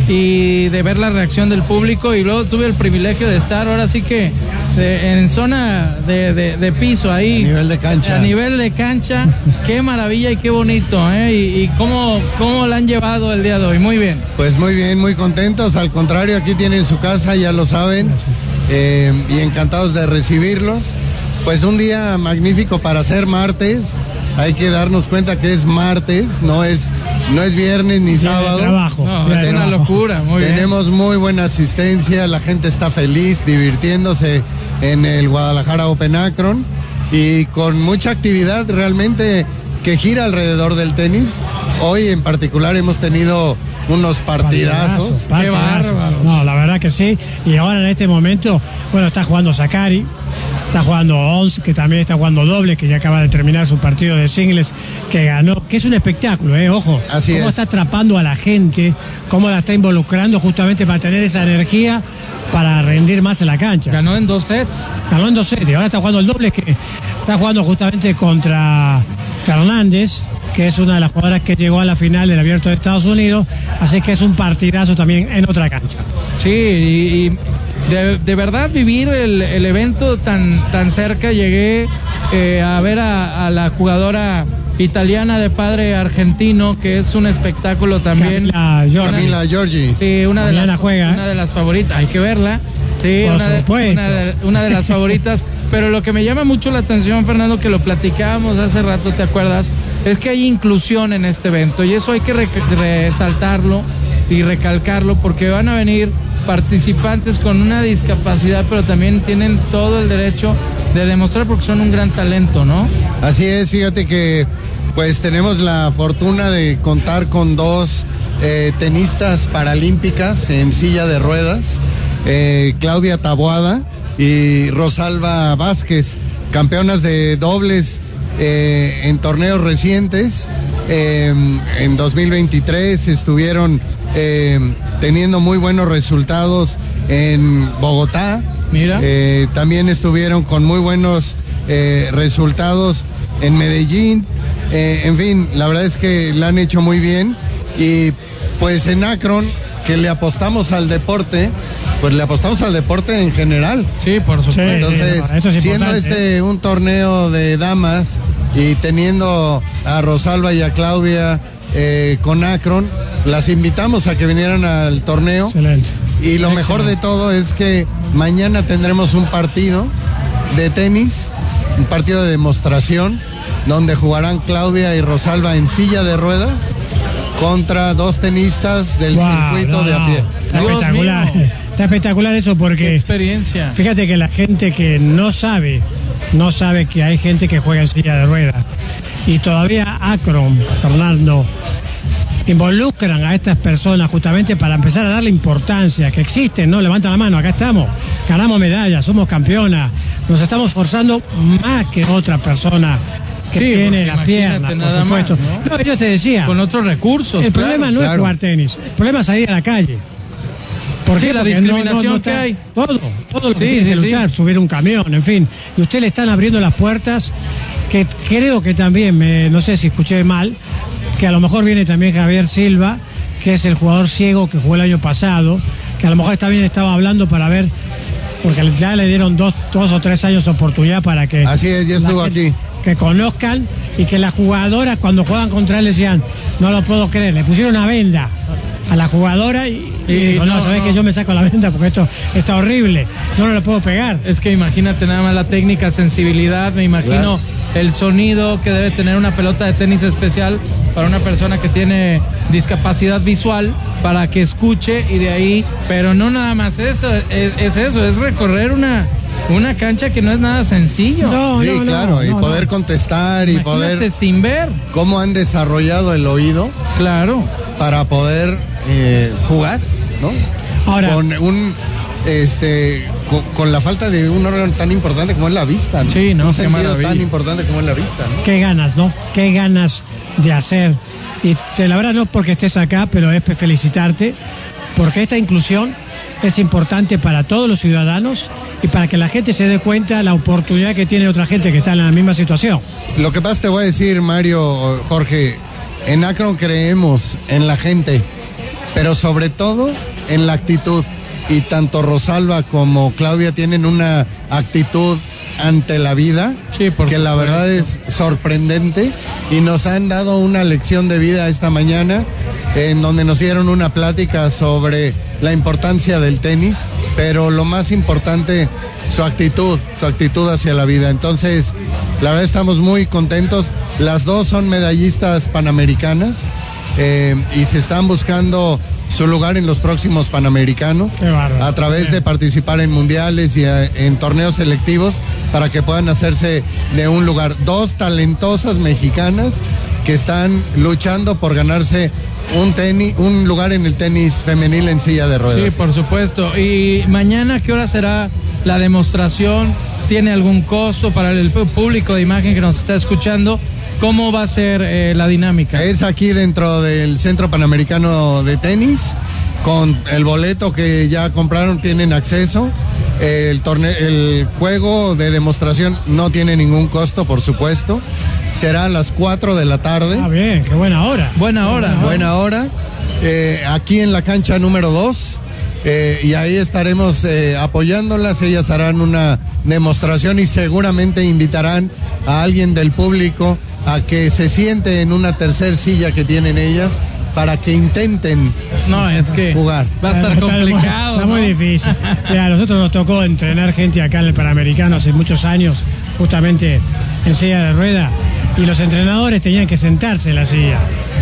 y de ver la reacción del público. Y luego tuve el privilegio de estar ahora sí que en zona de piso ahí. A nivel de cancha. Qué maravilla y qué bonito, ¿eh? Y cómo la han llevado el día de hoy. Muy bien. Pues muy bien, muy contentos. Al contrario, aquí tienen su casa, ya lo saben. Y encantados de recibirlos. Pues un día magnífico para ser martes. Hay que darnos cuenta que es martes, no es viernes ni sábado. Es una locura. Tenemos muy buena asistencia, la gente está feliz, divirtiéndose en el Guadalajara Open Akron y con mucha actividad realmente que gira alrededor del tenis. Hoy en particular hemos tenido unos partidazos. Qué bárbaro. No, la verdad que sí. Y ahora en este momento, bueno, está jugando Sakkari. Está jugando Ons, que también está jugando doble, que ya acaba de terminar su partido de singles, que ganó, que es un espectáculo, ojo. Así cómo es. Está atrapando a la gente, cómo la está involucrando justamente para tener esa energía para rendir más en la cancha. Ganó en 2 sets. Y ahora está jugando el doble, que está jugando justamente contra Fernández, que es una de las jugadoras que llegó a la final del Abierto de Estados Unidos, así que es un partidazo también en otra cancha. Sí, y de verdad vivir el evento tan cerca. Llegué a ver a la jugadora italiana de padre argentino, que es un espectáculo también. Camila Giorgi. Sí, una de las favoritas, hay que verla. Sí, una de las favoritas. Pero lo que me llama mucho la atención, Fernando, que lo platicábamos hace rato, ¿te acuerdas? Es que hay inclusión en este evento y eso hay que resaltarlo y recalcarlo, porque van a venir participantes con una discapacidad, pero también tienen todo el derecho de demostrar porque son un gran talento, ¿no? Así es, fíjate que pues tenemos la fortuna de contar con 2 tenistas paralímpicas en silla de ruedas, Claudia Taboada y Rosalba Vázquez, campeonas de dobles en torneos recientes. En 2023 estuvieron teniendo muy buenos resultados en Bogotá. Mira. También estuvieron con muy buenos resultados en Medellín. En fin, la verdad es que la han hecho muy bien. Y pues en Akron, que le apostamos al deporte, pues le apostamos al deporte en general. Sí, por supuesto. Entonces, siendo un torneo de damas y teniendo a Rosalba y a Claudia con Akron, las invitamos a que vinieran al torneo. Excelente. Y lo mejor de todo es que mañana tendremos un partido de tenis, un partido de demostración, donde jugarán Claudia y Rosalba en silla de ruedas contra 2 tenistas del circuito de a pie. Está espectacular eso, porque qué experiencia. Fíjate que la gente que no sabe que hay gente que juega en silla de ruedas, y todavía Akron, Fernando, involucran a estas personas justamente para empezar a darle importancia, que existen, ¿no? Levanta la mano, acá estamos, ganamos medallas, somos campeonas, nos estamos esforzando más que otra persona que tiene la pierna, por supuesto. Más, ¿no? Yo te decía, con otros recursos. El problema no es jugar tenis, el problema es salir a la calle. Sí, la discriminación que hay. Todo lo que tiene que luchar, subir un camión, en fin. Y usted le están abriendo las puertas, que creo que también, no sé si escuché mal, que a lo mejor viene también Javier Silva, que es el jugador ciego que jugó el año pasado, que a lo mejor también estaba hablando para ver, porque ya le dieron 2 o 3 años de oportunidad para que... Así es, ya estuvo aquí. Que conozcan, y que las jugadoras cuando juegan contra él decían, no lo puedo creer, le pusieron una venda a la jugadora y Y dijo, no, sabes que yo me saco la venda porque esto está horrible, no lo puedo pegar. Es que imagínate nada más la técnica, sensibilidad, me imagino el sonido que debe tener una pelota de tenis especial para una persona que tiene discapacidad visual, para que escuche y de ahí, pero no nada más eso, es recorrer una cancha que no es nada sencillo. Y poder contestar y poder sin ver cómo han desarrollado el oído. Claro. Para poder jugar, ¿no? Ahora, con la falta de un órgano tan importante como es la vista, ¿no? Sí, ¿no? Un sentido tan importante como es la vista, ¿no? Qué ganas, ¿no? Qué ganas de hacer. Y la verdad no porque estés acá, pero es felicitarte, porque esta inclusión es importante para todos los ciudadanos y para que la gente se dé cuenta la oportunidad que tiene otra gente que está en la misma situación. Lo que pasa te voy a decir, Mario, Jorge, en Akron creemos en la gente, pero sobre todo en la actitud. Y tanto Rosalba como Claudia tienen una actitud ante la vida que la verdad es sorprendente, y nos han dado una lección de vida esta mañana en donde nos dieron una plática sobre la importancia del tenis, pero lo más importante, su actitud hacia la vida. Entonces, la verdad estamos muy contentos. Las dos son medallistas panamericanas y se están buscando su lugar en los próximos Panamericanos a través de participar en mundiales y en torneos selectivos para que puedan hacerse de un lugar. Dos talentosas mexicanas que están luchando por ganarse un lugar en el tenis femenil en silla de ruedas. Sí, por supuesto. ¿Y mañana qué hora será la demostración? ¿Tiene algún costo para el público de imagen que nos está escuchando? ¿Cómo va a ser la dinámica? Es aquí dentro del Centro Panamericano de Tenis, con el boleto que ya compraron, tienen acceso. El juego de demostración no tiene ningún costo, por supuesto. Será a las 4 de la tarde. Ah, bien, qué buena hora. Buena hora. Aquí en la cancha número 2. Y ahí estaremos apoyándolas. Ellas harán una demostración y seguramente invitarán a alguien del público a que se siente en una tercer silla que tienen ellas para que intenten jugar. Va a estar complicado. Está muy difícil. Mira, a nosotros nos tocó entrenar gente acá en el Panamericano hace muchos años, justamente en silla de rueda, y los entrenadores tenían que sentarse en la silla.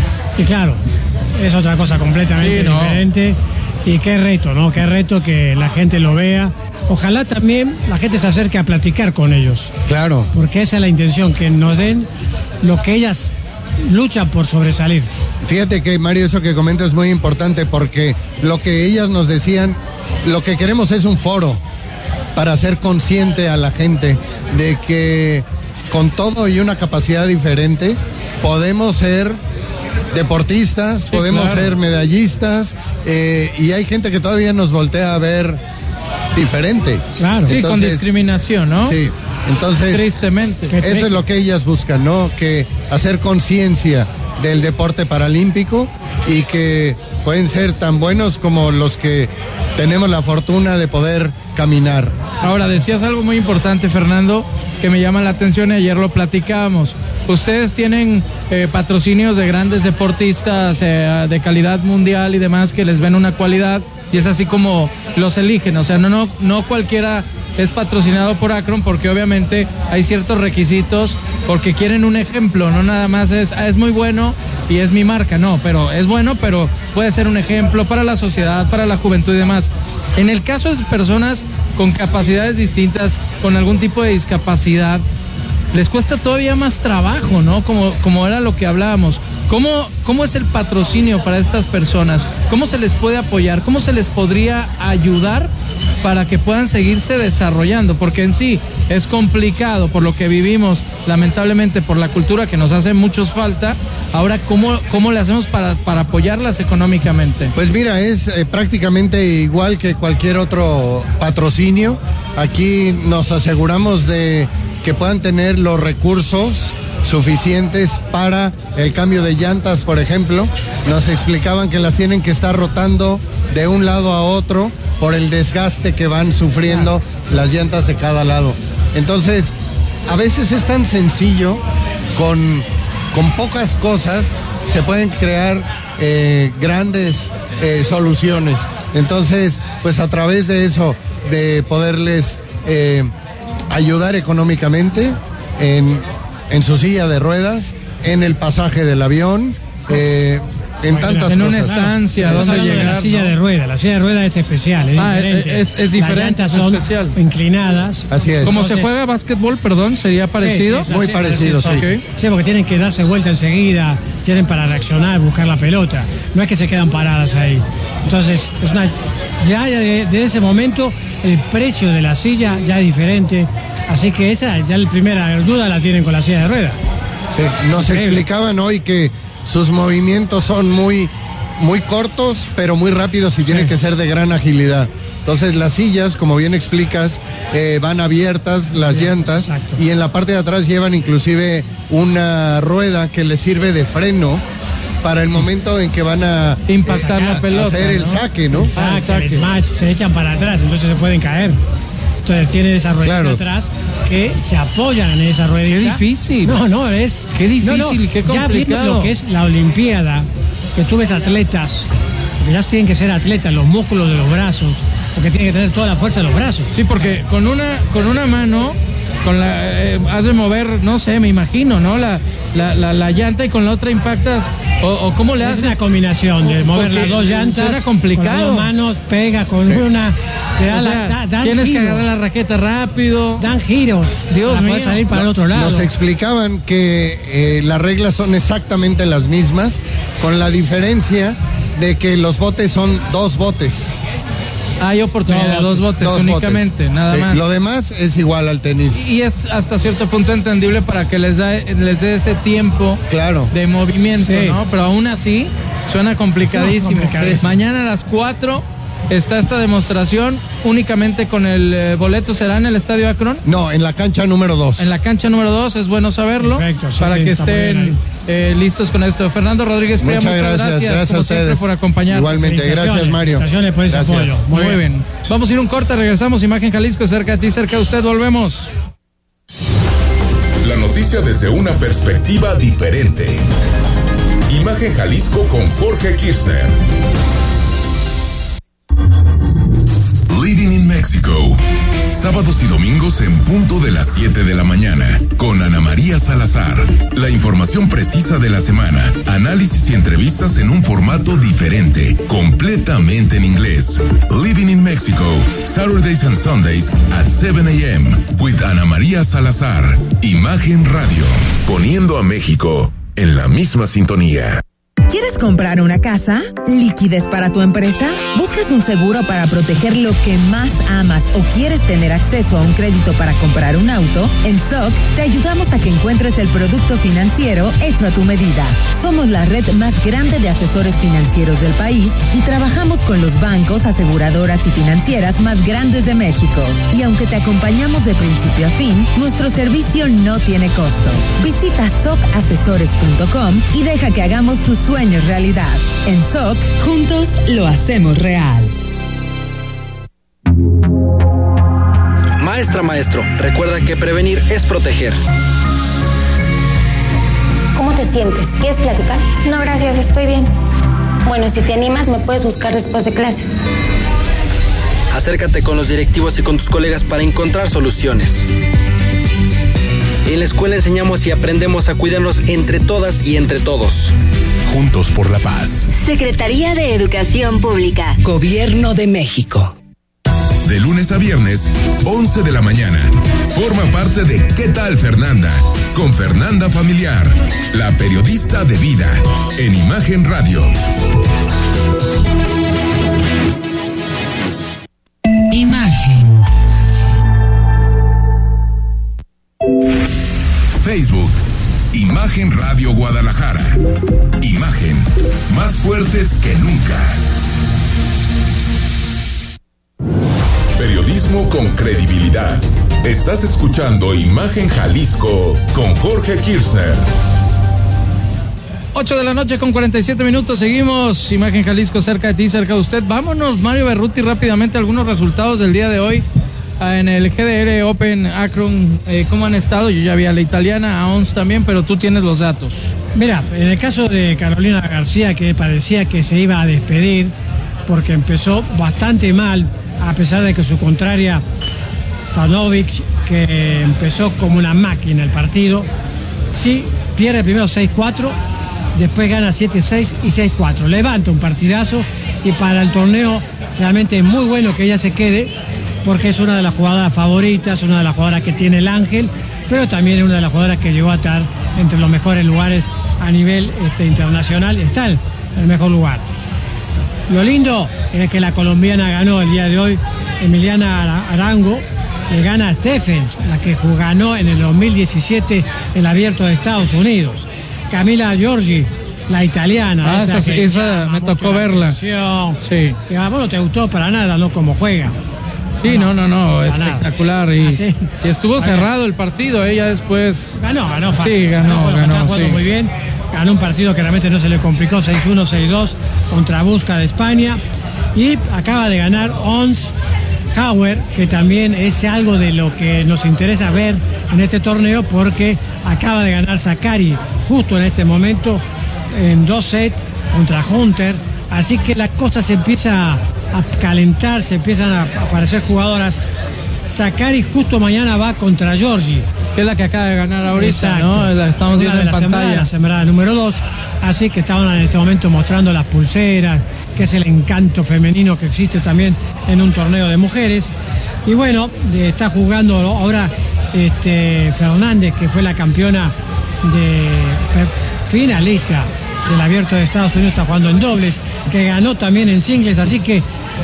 Y claro, es otra cosa completamente diferente. Y qué reto, ¿no? Qué reto que la gente lo vea. Ojalá también la gente se acerque a platicar con ellos. Claro. Porque esa es la intención, que nos den lo que ellas luchan por sobresalir. Fíjate que, Mario, eso que comentas es muy importante, porque lo que ellas nos decían, lo que queremos es un foro para hacer consciente a la gente de que con todo y una capacidad diferente podemos ser deportistas, podemos ser medallistas, y hay gente que todavía nos voltea a ver diferente. Claro. Sí, entonces, con discriminación, ¿no? Sí, entonces tristemente. Eso es lo que ellas buscan, ¿no? Que hacer conciencia del deporte paralímpico, y que pueden ser tan buenos como los que tenemos la fortuna de poder caminar. Ahora, decías algo muy importante, Fernando, que me llama la atención, y ayer lo platicábamos. Ustedes tienen patrocinios de grandes deportistas de calidad mundial y demás, que les ven una cualidad, y es así como los eligen. O sea, no cualquiera es patrocinado por Akron, porque obviamente hay ciertos requisitos, porque quieren un ejemplo, no nada más es muy bueno y es mi marca, no, pero es bueno, pero puede ser un ejemplo para la sociedad, para la juventud y demás. En el caso de personas con capacidades distintas, con algún tipo de discapacidad, les cuesta todavía más trabajo, ¿no? Como era lo que hablábamos. ¿Cómo es el patrocinio para estas personas? ¿Cómo se les puede apoyar? ¿Cómo se les podría ayudar para que puedan seguirse desarrollando? Porque en sí es complicado por lo que vivimos, lamentablemente, por la cultura que nos hace muchos falta. Ahora, ¿cómo le hacemos para apoyarlas económicamente? Pues mira, es prácticamente igual que cualquier otro patrocinio. Aquí nos aseguramos de que puedan tener los recursos suficientes para el cambio de llantas, por ejemplo. Nos explicaban que las tienen que estar rotando de un lado a otro por el desgaste que van sufriendo las llantas de cada lado. Entonces, a veces es tan sencillo, con pocas cosas se pueden crear grandes soluciones. Entonces, pues a través de eso, de poderles ayudar económicamente en su silla de ruedas, en el pasaje del avión, en tantas en cosas. una estancia donde llegar. La silla de rueda es especial, es diferente. Es diferente, las llantas son especial. Inclinadas. Así es. Como se juega básquetbol, perdón, sería parecido. Muy parecido, sí. Okay. Sí, porque tienen que darse vuelta enseguida, tienen para reaccionar, buscar la pelota. No es que se quedan paradas ahí. Entonces, ya de ese momento el precio de la silla ya es diferente. Así que esa, ya la primera duda la tienen con la silla de ruedas. Sí, nos explicaban hoy que sus movimientos son muy cortos, pero muy rápidos y tienen que ser de gran agilidad. Entonces las sillas, como bien explicas, van abiertas las llantas. Exacto. Y en la parte de atrás llevan inclusive una rueda que les sirve de freno para el momento en que van a impactar la pelota, hacer el saque, ¿no? Exacto, el smash, se echan para atrás, entonces se pueden caer. Entonces tiene esa ruedita atrás que se apoyan en esa ruedita. Qué difícil. Qué difícil, qué complicado. Ya viendo lo que es la Olimpiada, que tú ves atletas, que ya tienen que ser atletas, los músculos de los brazos, porque tienen que tener toda la fuerza de los brazos. Sí, porque con una mano, has de mover, no sé, me imagino, ¿no? La llanta y con la otra impactas. ¿O cómo le haces? Es una combinación de mover las dos llantas. Suena complicado. Con las dos manos, pega con una. Te da dan tienes giros. que agarrar la raqueta rápido. Dan giros. Dios para mío. poder salir para el otro lado. Nos explicaban que las reglas son exactamente las mismas, con la diferencia de que los botes son 2 botes. Hay oportunidad de 2 botes únicamente, nada más. Lo demás es igual al tenis. Y es hasta cierto punto entendible para que les dé ese tiempo de movimiento, ¿no? Pero aún así suena complicadísimo. Mañana a las 4 está esta demostración únicamente con el boleto. ¿Será en el Estadio Akron? No, en la cancha número 2. En la cancha número 2, es bueno saberlo. Perfecto, para que estén listos con esto. Fernando Rodríguez Pría, muchas gracias como siempre por acompañarnos. Igualmente, gracias Mario. Por ese apoyo. Muy bien. Vamos a ir un corte, regresamos. Imagen Jalisco, cerca de ti, cerca de usted, volvemos. La noticia desde una perspectiva diferente. Imagen Jalisco con Jorge Kirchner. Living in Mexico. Sábados y domingos en punto de las 7 de la mañana. Con Ana María Salazar. La información precisa de la semana. Análisis y entrevistas en un formato diferente. Completamente en inglés. Living in Mexico. Saturdays and Sundays at 7 a.m. With Ana María Salazar. Imagen Radio. Poniendo a México en la misma sintonía. ¿Quieres comprar una casa? ¿Liquidez para tu empresa? ¿Buscas un seguro para proteger lo que más amas o quieres tener acceso a un crédito para comprar un auto? En SOC te ayudamos a que encuentres el producto financiero hecho a tu medida. Somos la red más grande de asesores financieros del país y trabajamos con los bancos, aseguradoras y financieras más grandes de México. Y aunque te acompañamos de principio a fin, nuestro servicio no tiene costo. Visita socasesores.com y deja que hagamos tus sueños realidad. En SOC, juntos lo hacemos real. Maestra, maestro, recuerda que prevenir es proteger. ¿Cómo te sientes? ¿Quieres platicar? No, gracias, estoy bien. Bueno, si te animas, me puedes buscar después de clase. Acércate con los directivos y con tus colegas para encontrar soluciones. En la escuela enseñamos y aprendemos a cuidarnos entre todas y entre todos. Juntos por la paz. Secretaría de Educación Pública. Gobierno de México. De lunes a viernes, 11 de la mañana. Forma parte de ¿Qué tal, Fernanda? Con Fernanda Familiar, la periodista de vida, en Imagen Radio. Imagen. Facebook, Imagen Radio Guadalajara. Imagen, más fuertes que nunca. Periodismo con credibilidad. Estás escuchando Imagen Jalisco con Jorge Kirchner. 8 de la noche con 47 minutos. Seguimos. Imagen Jalisco, cerca de ti, cerca de usted. Vámonos, Mario Berruti, rápidamente algunos resultados del día de hoy. En el GDR Open Akron, ¿cómo han estado? Yo ya vi a la italiana, a ONS también, pero tú tienes los datos. Mira, en el caso de Carolina García, que parecía que se iba a despedir porque empezó bastante mal, a pesar de que su contraria, Sanovic, que empezó como una máquina el partido, sí, pierde primero 6-4, después gana 7-6 y 6-4. Levanta un partidazo y para el torneo realmente es muy bueno que ella se quede porque es una de las jugadoras favoritas, una de las jugadoras que tiene el ángel, pero también es una de las jugadoras que llegó a estar entre los mejores lugares a nivel internacional, está en el mejor lugar. Lo lindo es que la colombiana ganó el día de hoy, Emiliana Arango, le gana a Stephens, la que ganó en el 2017 el Abierto de Estados Unidos. Camila Giorgi, la italiana. Esa me tocó verla. Sí. Y a vos no te gustó para nada, ¿no? Como juega. Sí, no, espectacular. Y estuvo cerrado el partido, ella después... Ganó fácil. Sí, ganó. Está jugando muy bien. Ganó un partido que realmente no se le complicó, 6-1, 6-2 contra Busca de España. Y acaba de ganar Ons Hauer, que también es algo de lo que nos interesa ver en este torneo, porque acaba de ganar Sakkari justo en este momento en 2 sets contra Hunter. Así que la cosa se empieza a calentar, se empiezan a aparecer jugadoras. Sakkari justo mañana va contra Giorgi, que es la que acaba de ganar ahorita. Exacto. ¿No? La estamos viendo en pantalla. La sembrada número 2. Así que estaban en este momento mostrando las pulseras, que es el encanto femenino que existe también en un torneo de mujeres. Y bueno, está jugando ahora Fernández, que fue la campeona finalista del Abierto de Estados Unidos, está jugando en dobles, que ganó también en singles, así que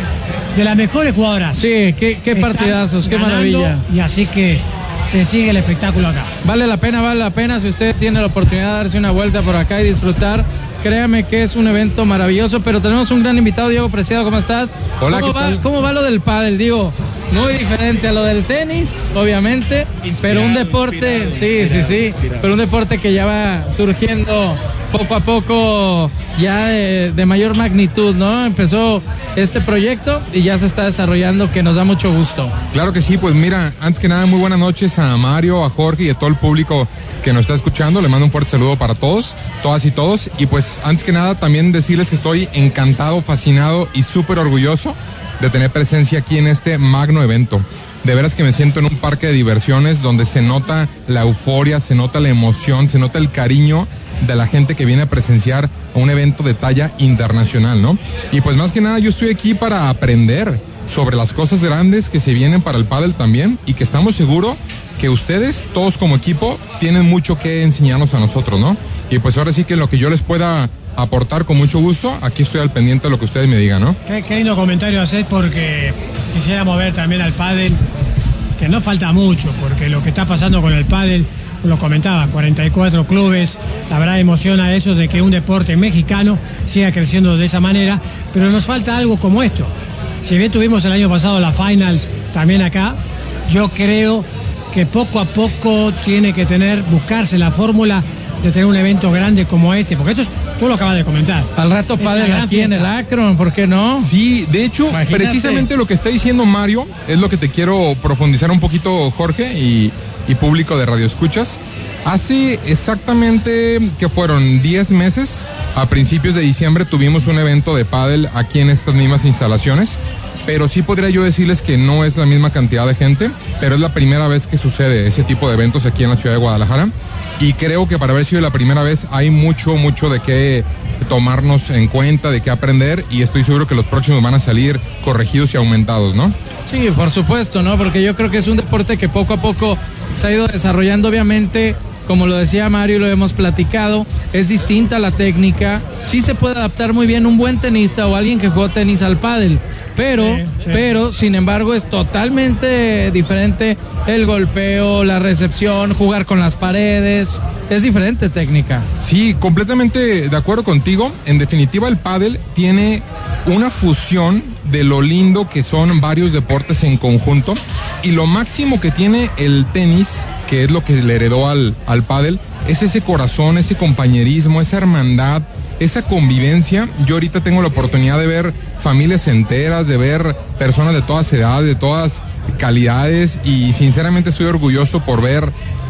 de las mejores jugadoras. Sí, qué partidazos, qué maravilla. Y así que se sigue el espectáculo acá. Vale la pena, si usted tiene la oportunidad de darse una vuelta por acá y disfrutar. Créame que es un evento maravilloso, pero tenemos un gran invitado, Diego Preciado, ¿cómo estás? Hola, ¿qué tal? ¿Cómo va lo del pádel, Diego? Muy diferente a lo del tenis, obviamente, pero un deporte, sí, pero un deporte que ya va surgiendo poco a poco, ya de mayor magnitud, ¿no? Empezó este proyecto y ya se está desarrollando, que nos da mucho gusto. Claro que sí, pues mira, antes que nada, muy buenas noches a Mario, a Jorge y a todo el público que nos está escuchando. Le mando un fuerte saludo para todos, todas y todos. Y pues antes que nada, también decirles que estoy encantado, fascinado y súper orgulloso de tener presencia aquí en este magno evento. De veras que me siento en un parque de diversiones donde se nota la euforia, se nota la emoción, se nota el cariño de la gente que viene a presenciar un evento de talla internacional, ¿no? Y pues más que nada yo estoy aquí para aprender sobre las cosas grandes que se vienen para el pádel también, y que estamos seguros que ustedes, todos como equipo, tienen mucho que enseñarnos a nosotros, ¿no? Y pues ahora sí que lo que yo les pueda aportar, con mucho gusto, aquí estoy al pendiente de lo que ustedes me digan, ¿no? Qué lindo comentario hacer, porque quisiéramos ver también al pádel, que no falta mucho, porque lo que está pasando con el pádel, lo comentaba, 44 clubes, la verdad emociona eso de que un deporte mexicano siga creciendo de esa manera, pero nos falta algo como esto. Si bien tuvimos el año pasado la Finals también acá, yo creo que poco a poco tiene que buscarse la fórmula de tener un evento grande como este, porque esto es, tú lo acabas de comentar. Al rato pádel aquí en el Akron, ¿por qué no? Sí, de hecho, imagínate. Precisamente lo que está diciendo Mario es lo que te quiero profundizar un poquito, Jorge, y público de Radio Escuchas. Hace exactamente, que fueron 10 meses, a principios de diciembre, tuvimos un evento de pádel aquí en estas mismas instalaciones, pero sí podría yo decirles que no es la misma cantidad de gente, pero es la primera vez que sucede ese tipo de eventos aquí en la ciudad de Guadalajara, y creo que para haber sido la primera vez hay mucho de qué tomarnos en cuenta, de qué aprender, y estoy seguro que los próximos van a salir corregidos y aumentados, ¿no? Sí, por supuesto, ¿no? Porque yo creo que es un deporte que poco a poco se ha ido desarrollando, obviamente. Como lo decía Mario y lo hemos platicado, es distinta la técnica. Sí se puede adaptar muy bien un buen tenista o alguien que jugó tenis al pádel, pero sin embargo es totalmente diferente el golpeo, la recepción, jugar con las paredes. Es diferente técnica. Sí, completamente de acuerdo contigo. En definitiva, el pádel tiene una fusión de lo lindo que son varios deportes en conjunto, y lo máximo que tiene el tenis, que es lo que le heredó al pádel, es ese corazón, ese compañerismo, esa hermandad, esa convivencia. Yo ahorita tengo la oportunidad de ver familias enteras, de ver personas de todas edades, de todas calidades, y sinceramente estoy orgulloso por ver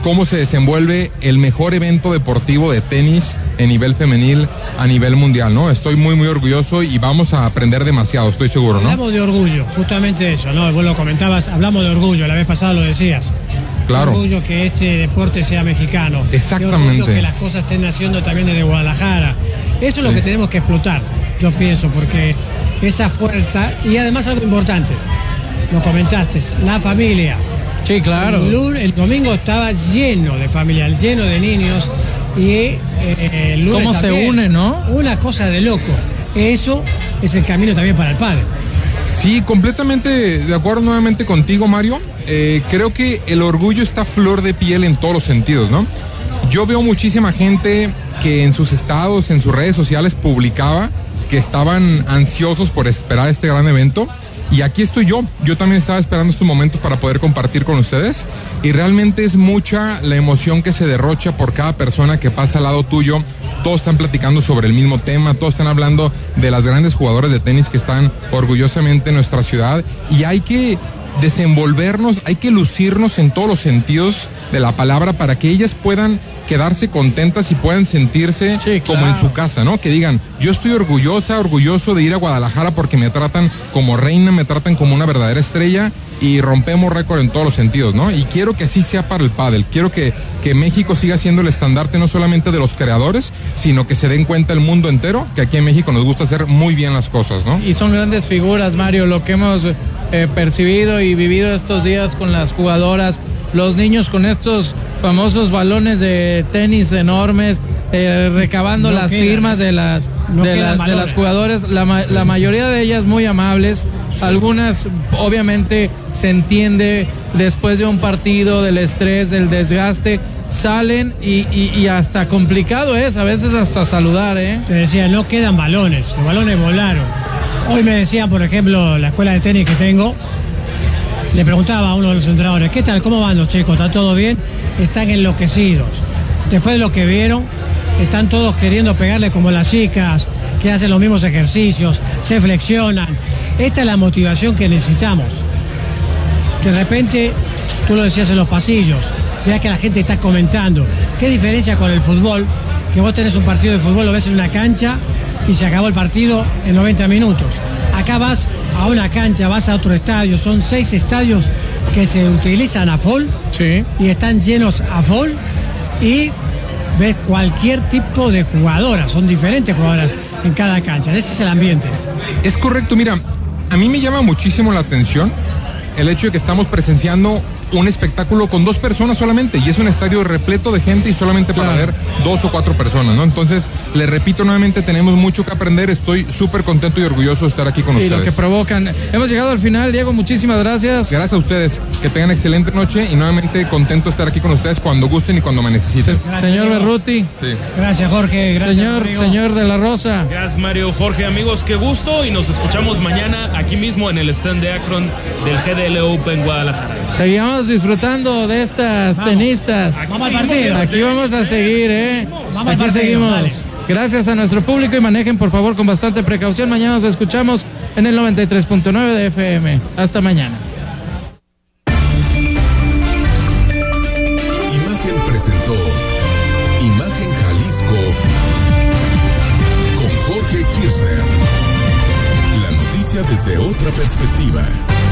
cómo se desenvuelve el mejor evento deportivo de tenis en nivel femenil a nivel mundial, ¿no? Estoy muy, muy orgulloso y vamos a aprender demasiado, estoy seguro, ¿no? Hablamos de orgullo, justamente eso, ¿no? Vos lo comentabas, hablamos de orgullo, la vez pasada lo decías. Claro. De orgullo que este deporte sea mexicano. Exactamente. De orgullo que las cosas estén naciendo también desde Guadalajara. Eso es lo que tenemos que explotar, yo pienso, porque esa fuerza, y además algo importante, lo comentaste, la familia. Sí, claro. El domingo estaba lleno de familia, lleno de niños, y el lunes ¿cómo también, se une, no? Una cosa de loco. Eso es el camino también para el padre. Sí, completamente de acuerdo nuevamente contigo, Mario. Creo que el orgullo está a flor de piel en todos los sentidos, ¿no? Yo veo muchísima gente que en sus estados, en sus redes sociales publicaba que estaban ansiosos por esperar este gran evento. Y aquí estoy yo también estaba esperando estos momentos para poder compartir con ustedes y realmente es mucha la emoción que se derrocha por cada persona que pasa al lado tuyo. Todos están platicando sobre el mismo tema, todos están hablando de las grandes jugadoras de tenis que están orgullosamente en nuestra ciudad y hay que desenvolvernos, hay que lucirnos en todos los sentidos de la palabra para que ellas puedan quedarse contentas y puedan sentirse como en su casa, ¿no? Que digan, yo estoy orgulloso de ir a Guadalajara porque me tratan como reina, me tratan como una verdadera estrella y rompemos récord en todos los sentidos, ¿no? Y quiero que así sea para el pádel, quiero que México siga siendo el estandarte no solamente de los creadores, sino que se den cuenta el mundo entero que aquí en México nos gusta hacer muy bien las cosas, ¿no? Y son grandes figuras, Mario, lo que hemos percibido y vivido estos días con las jugadoras, los niños con estos famosos balones de tenis enormes, recabando las firmas de las jugadoras, la mayoría de ellas muy amables, algunas obviamente se entiende después de un partido, del estrés, del desgaste, salen y hasta complicado es a veces hasta saludar, ¿eh? Te decía, no quedan balones, los balones volaron. Hoy me decían, por ejemplo, la escuela de tenis que tengo, le preguntaba a uno de los entrenadores, ¿qué tal? ¿Cómo van los chicos? ¿Está todo bien? Están enloquecidos. Después de lo que vieron, están todos queriendo pegarle como las chicas, que hacen los mismos ejercicios, se flexionan. Esta es la motivación que necesitamos. De repente, tú lo decías en los pasillos, veas que la gente está comentando. ¿Qué diferencia con el fútbol? Que vos tenés un partido de fútbol, lo ves en una cancha y se acabó el partido en 90 minutos. Acá vas a una cancha, vas a otro estadio, son 6 estadios que se utilizan a full y están llenos a full y ves cualquier tipo de jugadoras, son diferentes jugadoras en cada cancha, ese es el ambiente. Es correcto, mira, a mí me llama muchísimo la atención el hecho de que estamos presenciando un espectáculo con 2 personas solamente y es un estadio repleto de gente y solamente para ver 2 o 4 personas, ¿no? Entonces, les repito nuevamente, tenemos mucho que aprender, estoy súper contento y orgulloso de estar aquí con ustedes. Y lo que provocan. Hemos llegado al final, Diego, muchísimas gracias. Gracias a ustedes, que tengan excelente noche y nuevamente contento de estar aquí con ustedes cuando gusten y cuando me necesiten. Gracias, señor Berruti. Sí. Gracias, Jorge. Gracias, señor de la Rosa. Gracias, Mario. Jorge, amigos, qué gusto y nos escuchamos mañana aquí mismo en el stand de Akron del GDL Open Guadalajara. Seguimos disfrutando de estas tenistas. Vamos al partido. Aquí vamos a seguir, ¿eh? Vamos aquí seguimos. Dale. Gracias a nuestro público y manejen por favor con bastante precaución. Mañana nos escuchamos en el 93.9 de FM. Hasta mañana. Imagen presentó Imagen Jalisco con Jorge Kirchner. La noticia desde otra perspectiva.